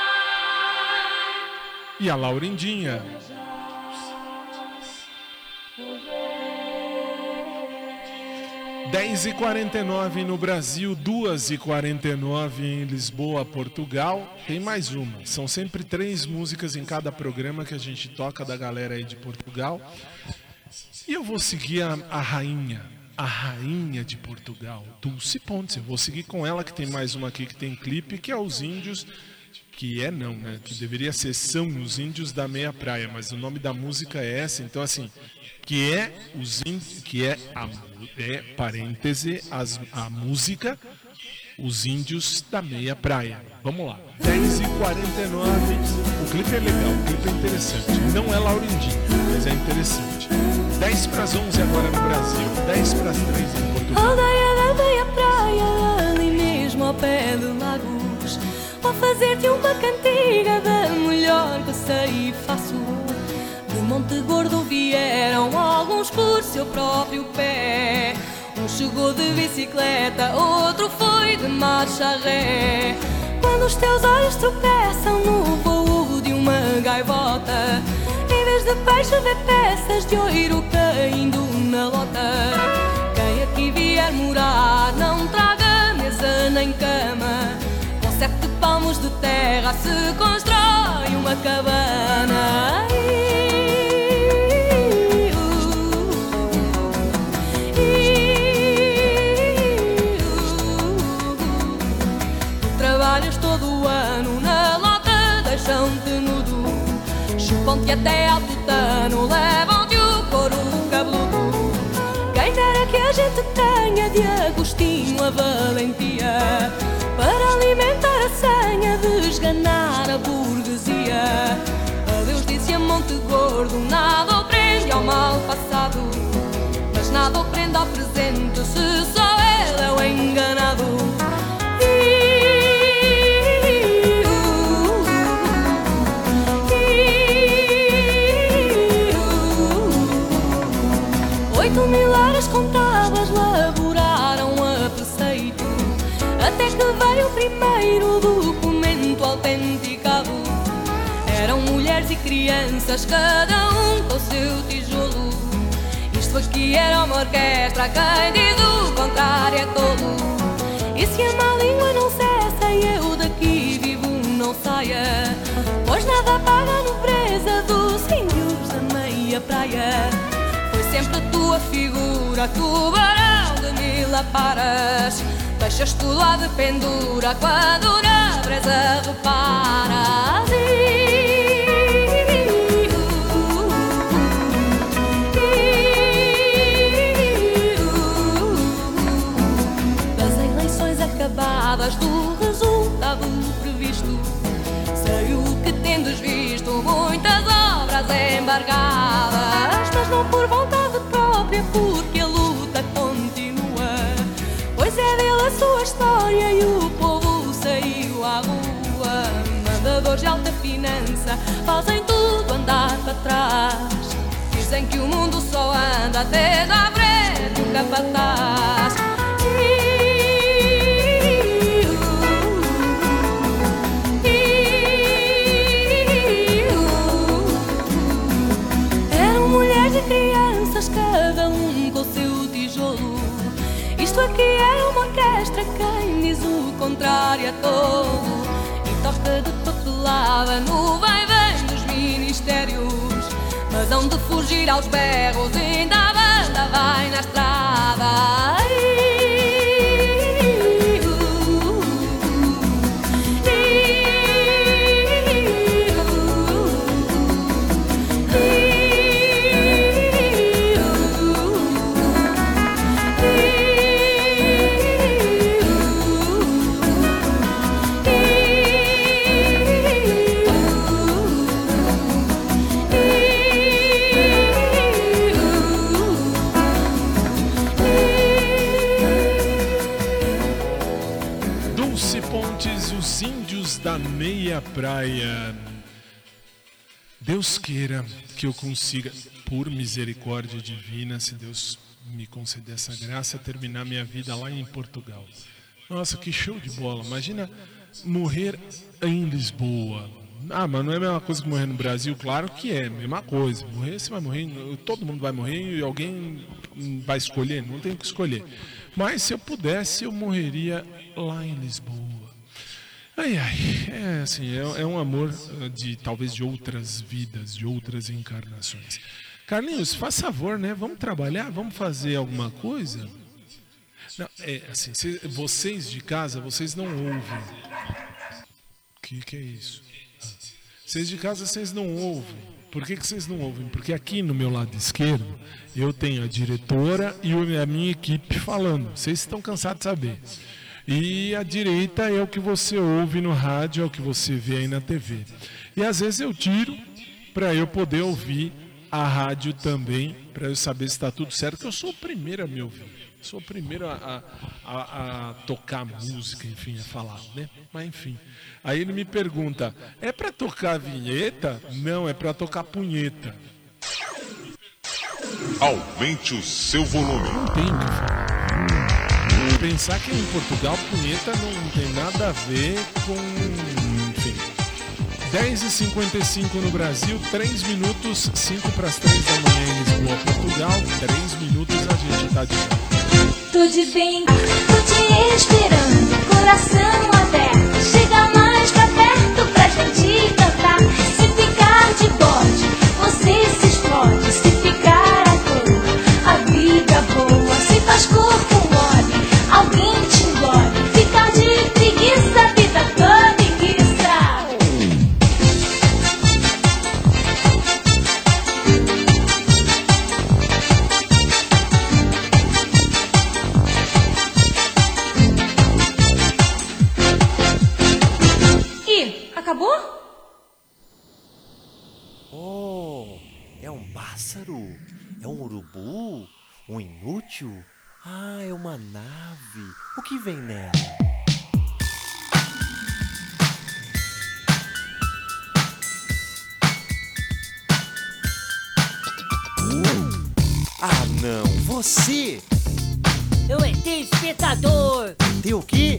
e a Laurindinha. Dez e 49 no Brasil, 2h49 em Lisboa, Portugal. Tem mais uma. São sempre 3 músicas em cada programa que a gente toca da galera aí de Portugal. E eu vou seguir a rainha de Portugal, Dulce Pontes. Eu vou seguir com ela, que tem mais uma aqui que tem clipe, que é Os Índios, que deveria ser São os Índios da Meia Praia, mas o nome da música é essa, então assim, a música Os Índios da Meia Praia. Vamos lá, 10h49, o clipe é legal, o clipe é interessante, não é Laurindinho, mas é interessante. 10 para as 11 agora no Brasil, 10 para as 3 em Portugal. Aldeia da meia praia, ali mesmo ao pé de Lagos, vou fazer-te uma cantiga da melhor que sei e faço. De Monte Gordo vieram alguns por seu próprio pé, Um chegou de bicicleta, outro foi de marcha ré. Quando os teus olhos tropeçam no voo de uma gaivota, em vez de peixe vê peças de ouro caindo na lota. Quem aqui vier morar não traga mesa nem cama, com 7 palmos de terra se constrói uma cabana. Tu trabalhas todo o ano na lota, deixam-te nudo, chupam-te até ao tutano, levam-te o couro cabeludo. Quem dera que a gente tenha de Agostinho a valentia para alimentar a senha de esganar a burguesia. Adeus disse a Monte Gordo, nada o prende ao mal passado, mas nada o prende ao presente se só ele é o enganado. Milhares com tábuas laboraram a preceito, até que veio o primeiro documento autenticado. Eram mulheres e crianças, cada um com seu tijolo. Isto aqui era uma orquestra, quem diz o contrário é tolo. E se a má língua não cessa e eu daqui vivo não saia, pois nada paga a nobreza dos índios da meia praia. Sempre a tua figura, tubarão de 1000 aparas, deixas tudo lá de pendura quando na brisa reparas. Das eleições acabadas, do resultado previsto, sei o que tendes visto, muitas obras embargadas, mas não por vontade própria, porque a luta continua, pois é dele a sua história e o povo saiu à rua. Mandadores de alta finança fazem tudo andar para trás, dizem que o mundo só anda desde à frente o capataz. Crianças, cada um com seu tijolo. Isto aqui é uma orquestra, quem diz o contrário é tolo. E toca de papelada no vai-vem dos ministérios, mas hão de fugir aos berros, ainda a banda vai na estrada. Da meia praia. Deus queira que eu consiga, por misericórdia divina, se Deus me conceder essa graça, terminar minha vida lá em Portugal. Nossa, que show de bola. Imagina morrer em Lisboa. Ah, mas não é a mesma coisa que morrer no Brasil? Claro que é, a mesma coisa. Morrer, você vai morrer, todo mundo vai morrer e alguém vai escolher, não tem o que escolher. Mas se eu pudesse, eu morreria lá em Lisboa. Ai, ai, é assim, é um amor de talvez de outras vidas, de outras encarnações. Carlinhos, faz favor, né? Vamos trabalhar, vamos fazer alguma coisa? Não, é assim, vocês de casa, vocês não ouvem. O que é isso? Vocês de casa, vocês não ouvem. Por que vocês não ouvem? Porque aqui no meu lado esquerdo, eu tenho a diretora e a minha equipe falando. Vocês estão cansados de saber. E a direita é o que você ouve no rádio, é o que você vê aí na TV. E às vezes eu tiro para eu poder ouvir a rádio também, para eu saber se está tudo certo, que eu sou o primeiro a me ouvir. Sou o primeiro a tocar música, enfim, a falar, né? Mas enfim. Aí ele me pergunta, é para tocar vinheta? Não, é para tocar punheta. Aumente o seu volume. Não tem o que falar. Pensar que em Portugal punheta não tem nada a ver com... Enfim. 10h55 no Brasil, 3 minutos, 5 para as 3 da manhã em Lisboa, Portugal. 3 minutos a gente tá de volta. Tô de bem, tô te esperando, coração aberto. Chega mais pra perto pra gente cantar. Se ficar de bode, você se explode. Se ficar à toa, a vida boa. Se faz corpo mole, alguém te engole. Ficar de preguiça, a vida toda enguiça. Acabou? Oh, é um pássaro? É um urubu? Um inútil? Ah, é uma nave. O que vem nela? Ah, não, você! Eu ET espectador! Tem o quê?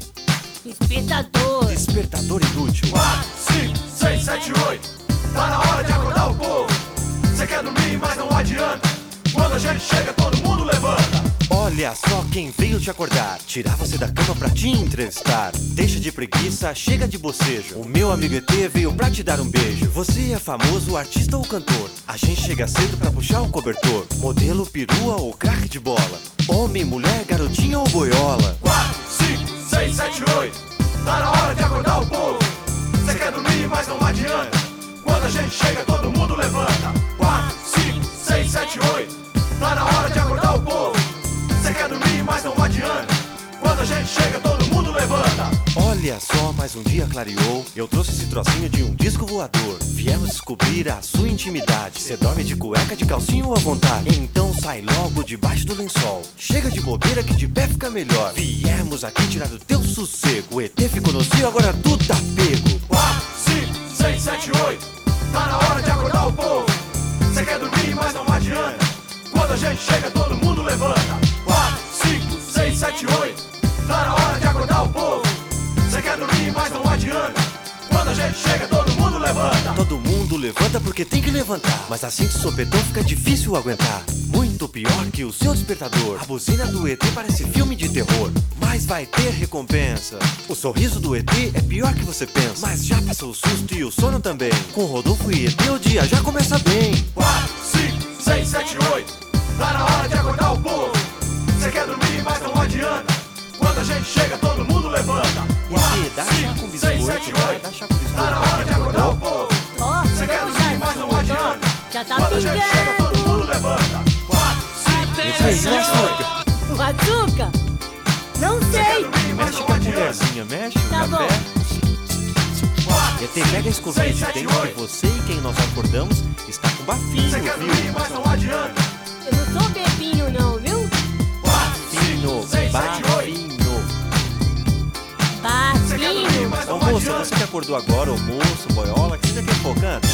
Espectador! Despertador inútil! 4, 5, 6, 7, 8. Tá na hora de acordar o povo. Cê quer dormir, mas não adianta. Quando a gente chega, todo mundo levanta. Olha só quem veio te acordar. Tirar você da cama pra te entrevistar. Deixa de preguiça, chega de bocejo. O meu amigo ET veio pra te dar um beijo. Você é famoso, artista ou cantor? A gente chega cedo pra puxar o cobertor. Modelo, perua ou craque de bola? Homem, mulher, garotinha ou boiola? 4, 5, 6, 7, 8. Tá na hora de acordar o povo. Cê quer dormir, mas não adianta. Quando a gente chega, todo mundo levanta. 4, 5, 6, 7, 8. Tá na hora de acordar o povo. Cê quer dormir, mas não adianta. Quando a gente chega, todo mundo levanta. Olha só, mais um dia clareou. Eu trouxe esse trocinho de um disco voador. Viemos descobrir a sua intimidade. Cê dorme de cueca, de calcinho à vontade. Então sai logo debaixo do lençol. Chega de bobeira que de pé fica melhor. Viemos aqui tirar o teu sossego. O ET ficou no cio, agora tu tá pego. 4, 5, 6, 7, 8. Tá na hora de acordar o povo. Cê quer dormir, mas não adianta. Quando a gente chega, todo mundo levanta. 4, 5, 6, 7, 8. Tá na hora de acordar o povo. Cê quer dormir, mas não adianta. Quando a gente chega, todo mundo levanta. Todo mundo levanta porque tem que levantar. Mas assim de sopetão fica difícil aguentar. Muito pior que o seu despertador. A buzina do ET parece filme de terror. Mas vai ter recompensa. O sorriso do ET é pior que você pensa. Mas já passou o susto e o sono também. Com Rodolfo e ET o dia já começa bem. 4, 5, 6, 7, 8. Tá na hora de acordar o povo. Cê quer dormir, mas não adianta. Quando a gente chega, todo mundo levanta. ET, dá chá com biscoito, dá chá com biscoito. Tá na hora de acordar o povo. Cê quer dormir, mas não adianta. Quando a gente chega, todo mundo levanta. 4, 5, 6, 7, 8. O açúcar? Não sei. Mexe com a colherzinha, mexe o Tá café. ET, pega a escovinha de dente que você e quem nós acordamos está com bafinho, Cê quer dormir, mas não adianta. Eu não sou bebinho não, viu? Bafinho, bafinho. Bafinho. Ô moça, você que acordou agora, ô moço, boiola, que você quer focando?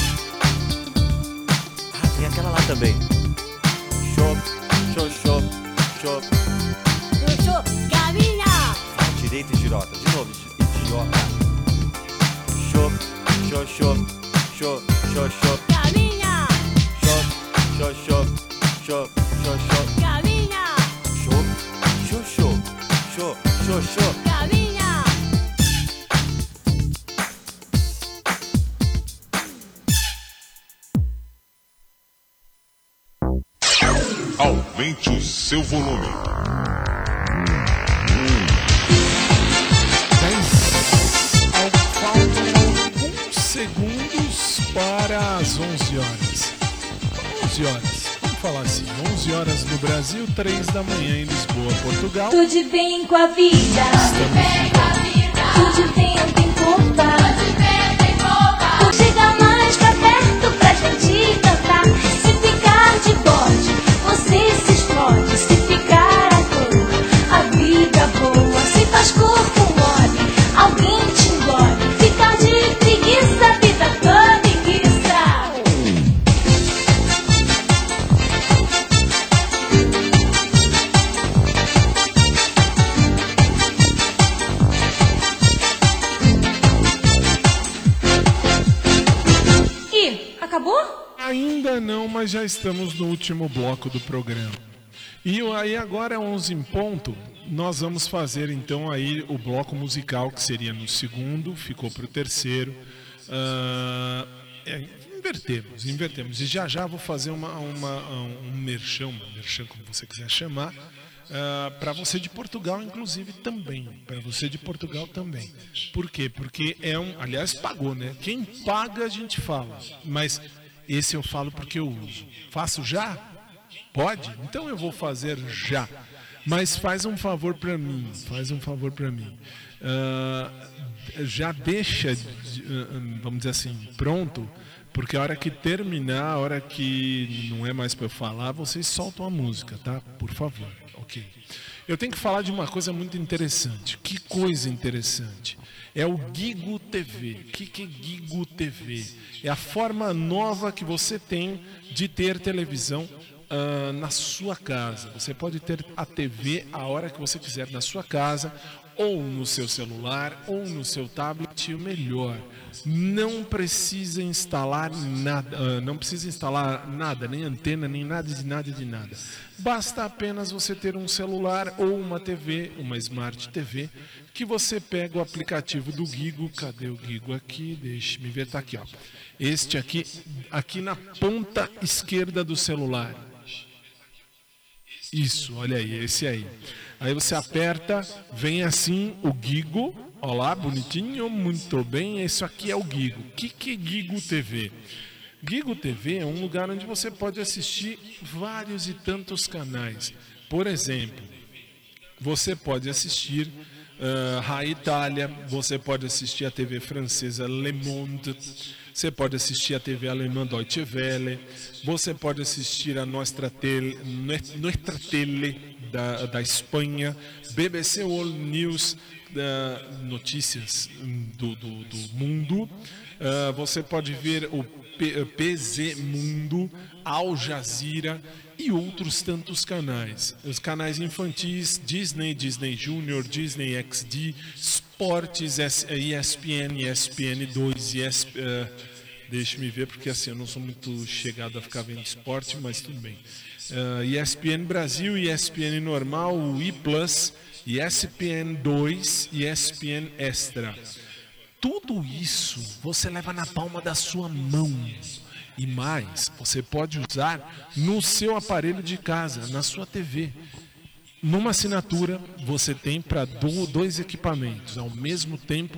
Ah, tem aquela lá também. Chop, chop, chop, chop. Chuchu, caminha. Direita e girota, de novo, idiota. Chop, chop, chop, chop, chop, chop. Caminha. Chop, chop, chop, chop, chop, chop. Caminha. Chop, chop, chop, chop, chop, chop. Caminha. Aumente o seu volume. Faltam alguns segundos para as 11 horas. 11 horas, vamos falar assim, 11 horas no Brasil, 3 da manhã em Lisboa, Portugal. Tudo bem com a vida. Tudo tempo importa. Chega mais pra perto pra gente cantar. Se ficar de bode, você se explode. Se ficar à toa, a vida boa. Se faz corpo mole, alguém te engole. Ficar de preguiça, a vida toda enguiça. acabou? Ainda não, mas já estamos no último bloco do programa. E aí agora, 11 em ponto, nós vamos fazer então aí o bloco musical, que seria no segundo, ficou para o terceiro. Invertemos. E já vou fazer um merchan como você quiser chamar, para você de Portugal, inclusive, também. Para você de Portugal também. Por quê? Porque aliás, pagou, né? Quem paga a gente fala. Mas esse eu falo porque eu uso. Faço já? Pode? Então eu vou fazer já. Mas faz um favor para mim. Já deixa, vamos dizer assim, pronto. Porque a hora que terminar, a hora que não é mais para eu falar, vocês soltam a música, tá? Por favor, ok? Eu tenho que falar de uma coisa muito interessante. Que coisa interessante? É o Gigo TV. O que é Gigo TV? É a forma nova que você tem de ter televisão na sua casa. Você pode ter a TV a hora que você quiser na sua casa, ou no seu celular, ou no seu tablet. E o melhor, não precisa instalar nada, nem antena, nem nada. Basta apenas você ter um celular ou uma TV, uma Smart TV, que você pega o aplicativo do Gigo. Cadê o Gigo aqui? Deixa-me ver, tá aqui, ó. Este aqui na ponta esquerda do celular. Isso, olha aí, esse aí. Aí você aperta, vem assim o Gigo. Olha lá, bonitinho, muito bem. Isso aqui é o Gigo. O que é Gigo TV? Gigo TV é um lugar onde você pode assistir vários e tantos canais. Por exemplo, você pode assistir Rai Itália, você pode assistir a TV francesa Le Monde, você pode assistir a TV alemã Deutsche Welle, você pode assistir a Nostra Tele da Espanha, BBC World News, notícias do mundo, você pode ver o PZ Mundo, Al Jazeera e outros tantos canais. Os canais infantis, Disney, Disney Junior, Disney XD, Esportes, ESPN, ESPN2, deixe-me ver porque assim eu não sou muito chegado a ficar vendo esporte, mas tudo bem. ESPN Brasil, ESPN normal, o E+, ESPN2, ESPN Extra. Tudo isso você leva na palma da sua mão. E mais, você pode usar no seu aparelho de casa, na sua TV. Numa assinatura, você tem para dois equipamentos. Ao mesmo tempo,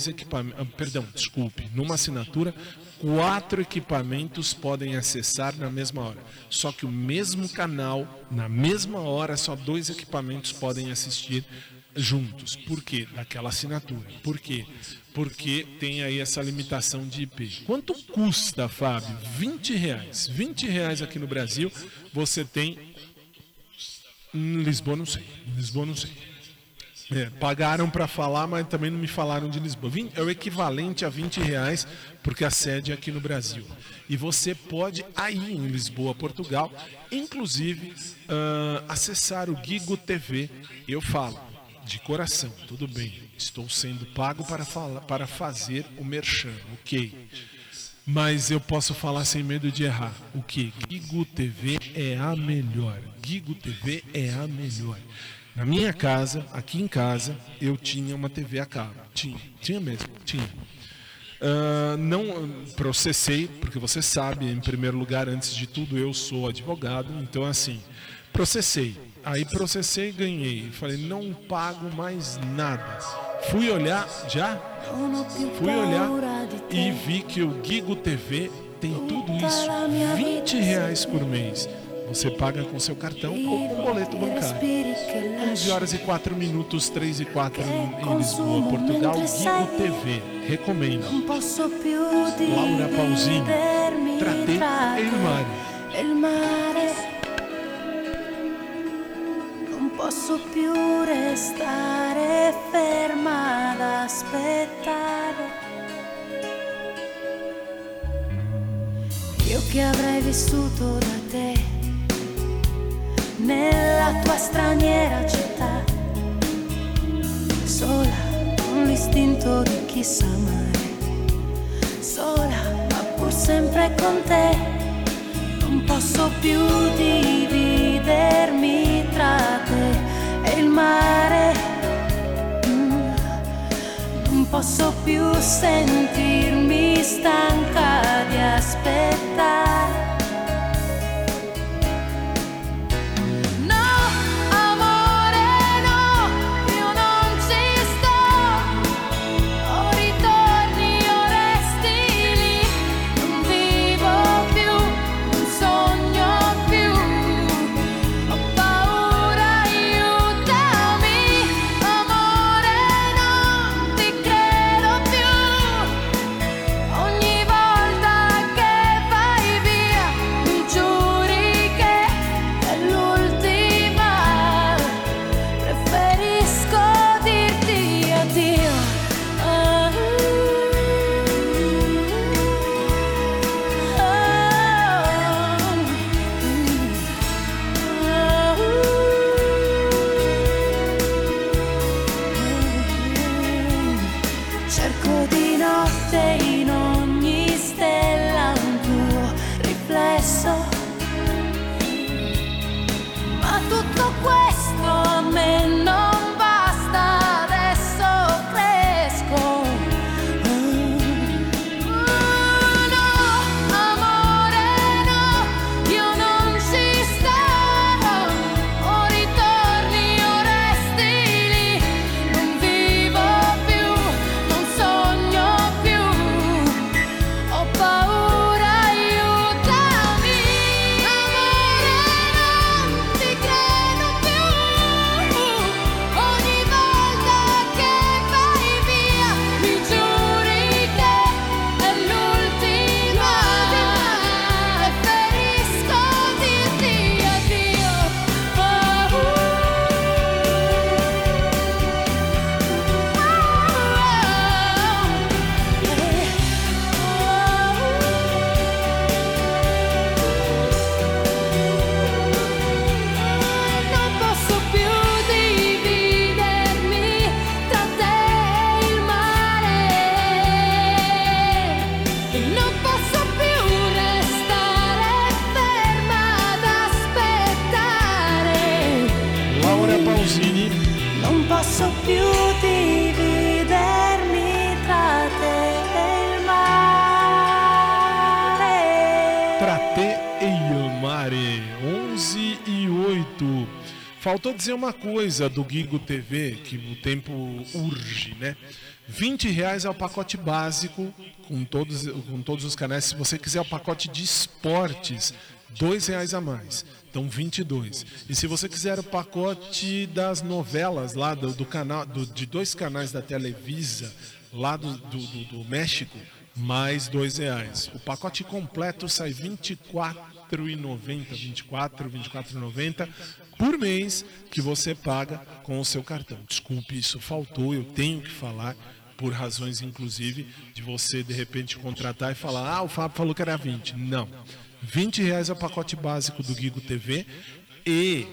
numa assinatura, 4 equipamentos podem acessar na mesma hora. Só que o mesmo canal, na mesma hora, só 2 equipamentos podem assistir juntos. Por quê? Daquela assinatura. Por quê? Porque tem aí essa limitação de IP. Quanto custa, Fábio? R$20. R$20 aqui no Brasil, você tem... Em Lisboa não sei. Pagaram para falar, mas também não me falaram de Lisboa. É o equivalente a R$20, porque a sede é aqui no Brasil. E você pode, aí em Lisboa, Portugal, inclusive, acessar o Gigo TV. Eu falo, de coração, tudo bem, estou sendo pago para fazer o merchan, ok. Mas eu posso falar sem medo de errar. O que? Gigo TV é a melhor. Gigo TV é a melhor. Na minha casa, aqui em casa, eu tinha uma TV a cabo. Tinha mesmo. Não processei, porque você sabe, em primeiro lugar, antes de tudo, eu sou advogado. Então, assim, processei. Aí processei e ganhei. Falei, não pago mais nada. Fui olhar e vi que o Gigo TV tem tudo isso, R$20 por mês. Você paga com seu cartão ou com boleto bancário. 11h04, 3h04 em Lisboa, Portugal. Gigo TV, recomendo. Laura Pausini, Tratei il mare. Non posso più restare ferma ad aspettare. Io che avrei vissuto da te nella tua straniera città, sola con l'istinto di chi sa amare, sola ma pur sempre con te. Non posso più dividermi tra te e il mare. Non posso più sentirmi stanca di aspettare. Faltou dizer uma coisa do Guigo TV, que o tempo urge, né? R$20 é o pacote básico, com todos os canais. Se você quiser o pacote de esportes, R$2 a mais. Então 22. E se você quiser o pacote das novelas lá do canal, de 2 canais da Televisa, lá do México, mais R$2. O pacote completo sai R$24,90 por mês, que você paga com o seu cartão. Desculpe, isso faltou, eu tenho que falar, por razões inclusive de você de repente contratar e falar: o Fábio falou que era 20. Não. R$20 é o pacote básico do Guigo TV e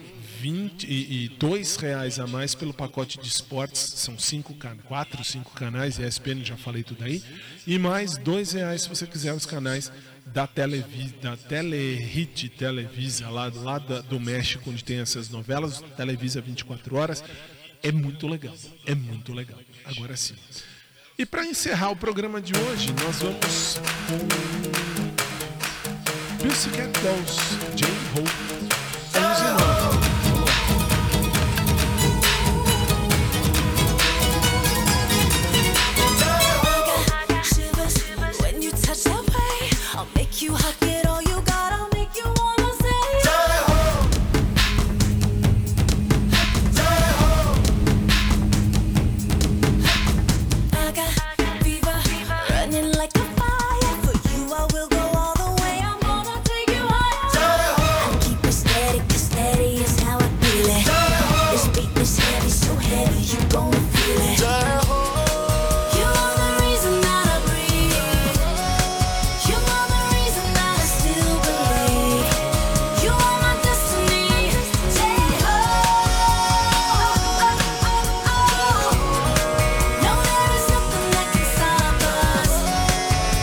R$2 a mais pelo pacote de esportes. São 4, 5 canais, ESPN, já falei tudo aí, e mais R$2 se você quiser os canais da Telehit Televisa, lá do México, onde tem essas novelas, Televisa 24 horas. É muito legal, é muito legal. Agora sim. E para encerrar o programa de hoje, nós vamos com Pussycat Dolls, J-Hope, 11/9. You hug it all you got, I'll make you wanna say J-Ho, J-Ho. I got fever, running like a fire. For you I will go all the way, I'm gonna take you higher. J-Ho, I keep it steady, 'cause steady is how I feel it. J-Ho. This beat is heavy, so heavy, you gon' feel it. J-Ho. You are the reason that I breathe. You are the reason that I still believe. You are my destiny. J-Ho. No, there is nothing that can stop us.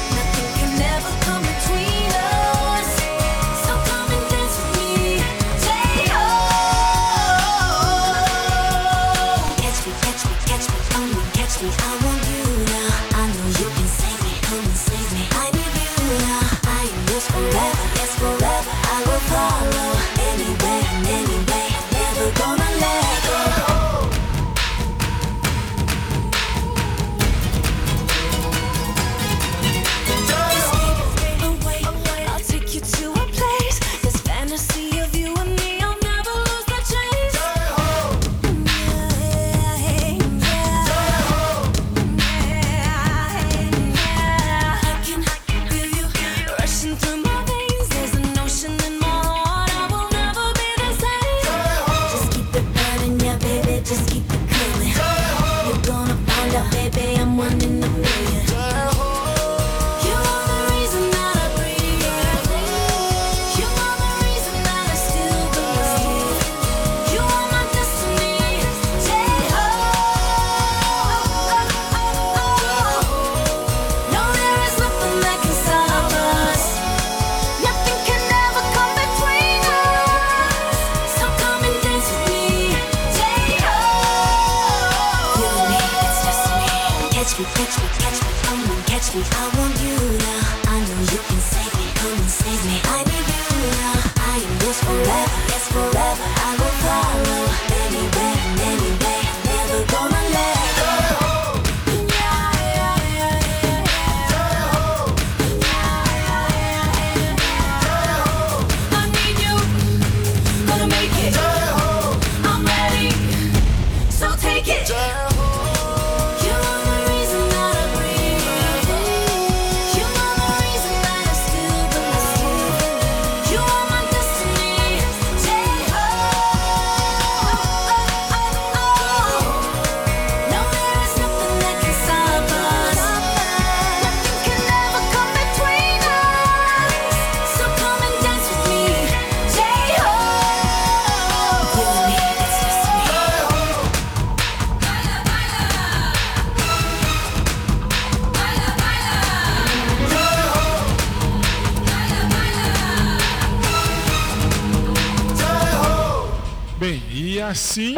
assim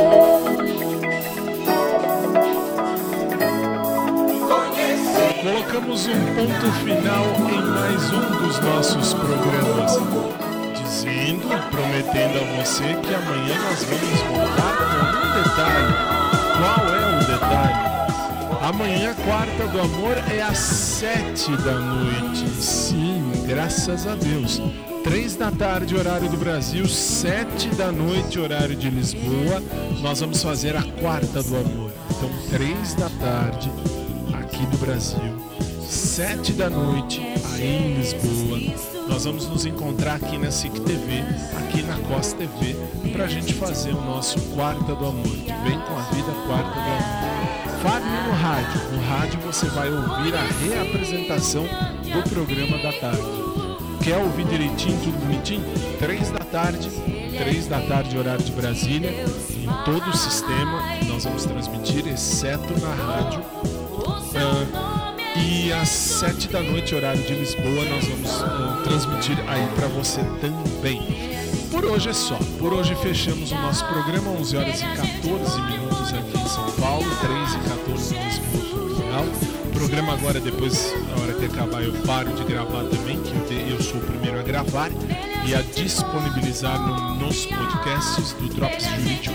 colocamos um ponto final em mais um dos nossos programas, dizendo e prometendo a você que amanhã nós vamos voltar com um detalhe. Qual é o detalhe? Amanhã, Quarta do Amor, é às 7 da noite. Sim, graças a Deus. 3 da tarde, horário do Brasil, 7 da noite, horário de Lisboa. Nós vamos fazer a Quarta do Amor. Então, 3 da tarde, aqui do Brasil, 7 da noite, aí em Lisboa. Nós vamos nos encontrar aqui na SIC TV, aqui na COS TV, pra gente fazer o nosso Quarta do Amor. De Bem com a Vida, Quarta do Amor. Fale no rádio. No rádio você vai ouvir a reapresentação do programa da tarde. Quer ouvir direitinho, tudo bonitinho? 3 da tarde, horário de Brasília, em todo o sistema nós vamos transmitir, exceto na rádio. E às 7 da noite, horário de Lisboa, nós vamos transmitir aí para você também. Por hoje é só. Por hoje fechamos o nosso programa, 11 horas e 14 minutos aqui em São Paulo, 3 e 14 em Lisboa, Portugal. O programa agora, depois, na hora de acabar, eu paro de gravar também, que eu sou o primeiro a gravar e a disponibilizar nos podcasts do Drops Jurídico,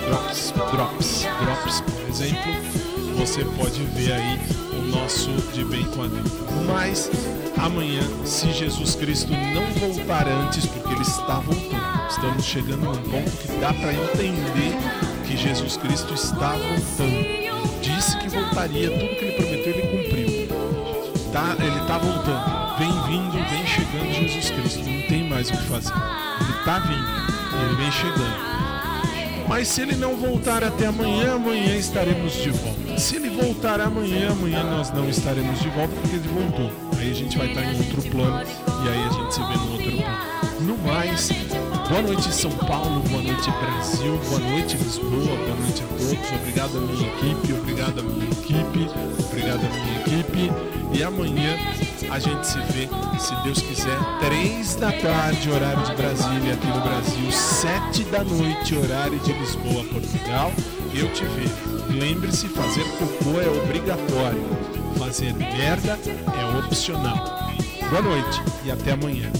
Drops, por exemplo. Você pode ver aí o nosso De Bem com a Vida. Mas amanhã, se Jesus Cristo não voltar antes, porque Ele está voltando, estamos chegando num ponto que dá para entender que Jesus Cristo está voltando. Ele disse que voltaria, tudo que Ele prometeu Ele cumpriu. Ele está voltando, vem vindo, vem chegando Jesus Cristo, não tem mais o que fazer. Ele está vindo, Ele vem chegando. Mas se Ele não voltar até amanhã, amanhã estaremos de volta. Se Ele voltar amanhã, amanhã nós não estaremos de volta porque Ele voltou. Aí a gente vai estar em outro plano e aí a gente se vê no outro plano. No mais, boa noite São Paulo, boa noite Brasil, boa noite Lisboa, boa noite a todos. Obrigado à minha equipe, obrigado à minha equipe, obrigado à minha equipe. E amanhã a gente se vê, se Deus quiser, 3 da tarde, horário de Brasília, aqui no Brasil, 7 da noite, horário de Lisboa, Portugal. Eu te vejo. Lembre-se, fazer cocô é obrigatório. Fazer merda é opcional. Boa noite e até amanhã.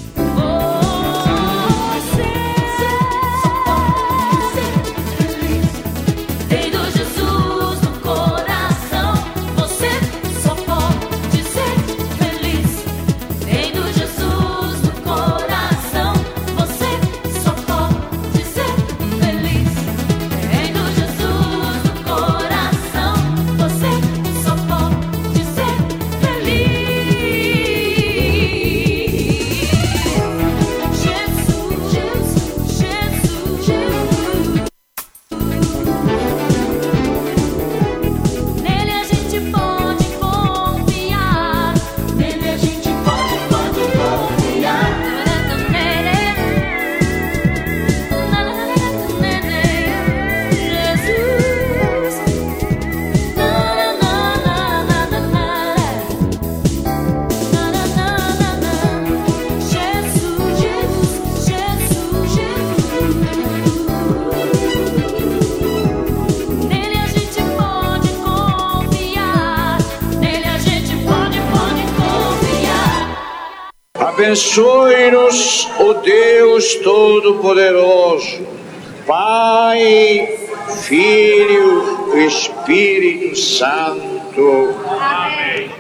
Abençoe-nos, o Deus Todo-Poderoso, Pai, Filho e Espírito Santo. Amém.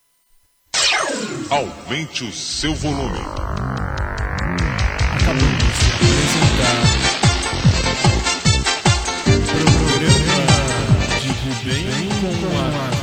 Aumente o seu volume. Acabamos de apresentar o programa de Bem com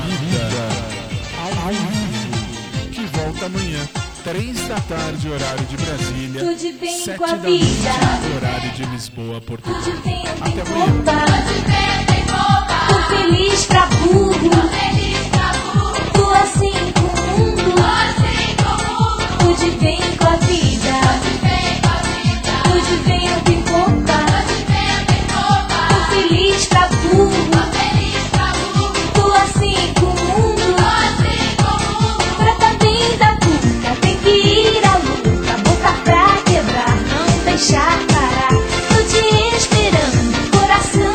a Vida, que volta amanhã. 3 da tarde, horário de Brasília, Tudo de bem 7 com a da noite, vida. horário de Lisboa, Portugal. Tudo de bem, Até tem amanhã. roupa. Tô feliz pra burro. Tô assim com o mundo. Tudo de bem com a vida. Tudo de bem, eu tenho roupa. Tô feliz pra burro. Tô assim com o mundo. Pra tá bem da puta, tem que ir à luta. Botar pra quebrar, não deixar parar. Tô te esperando, coração.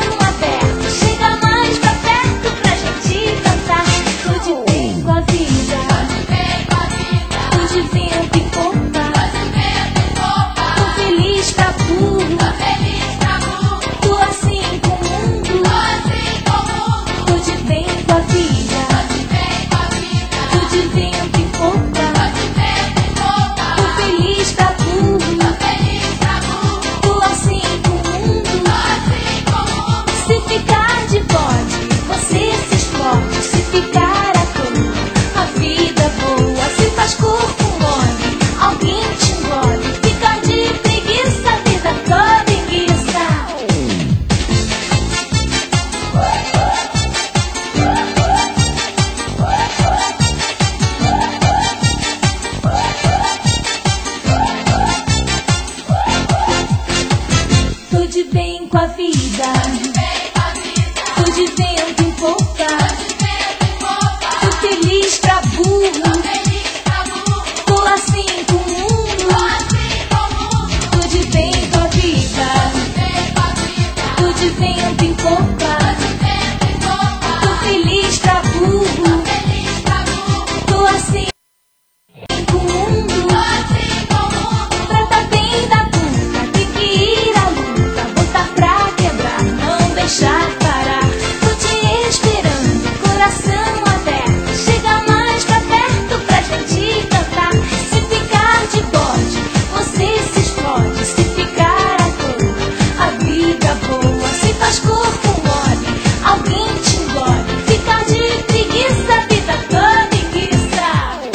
com a vida. Tô de vento em popa. Tô feliz pra burro. Tô assim com o mundo. Tô de bem com a vida. Tô de vento em popa. Tô feliz pra burro. Tô assim com o mundo. Pra tá bem da puta, tem que ir à luta. Botar pra quebrar, não deixar parar. Tô te esperando, coração aberto. Chega mais pra perto pra gente cantar. Se ficar de bode, você se explode. Se ficar à toa, a vida boa. Se faz corpo mole, alguém te engole. Ficar de preguiça, a vida toda enguiça.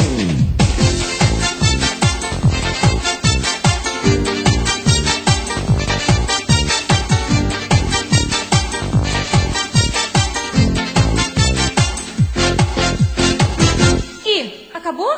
Ih, acabou?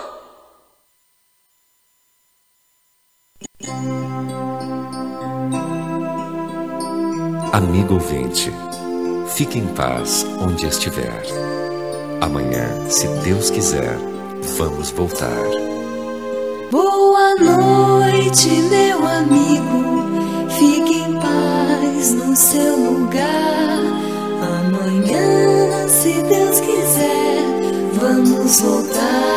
Amigo ouvinte, fique em paz onde estiver. Amanhã, se Deus quiser, vamos voltar. Boa noite, meu amigo. Fique em paz no seu lugar. Amanhã, se Deus quiser, vamos voltar.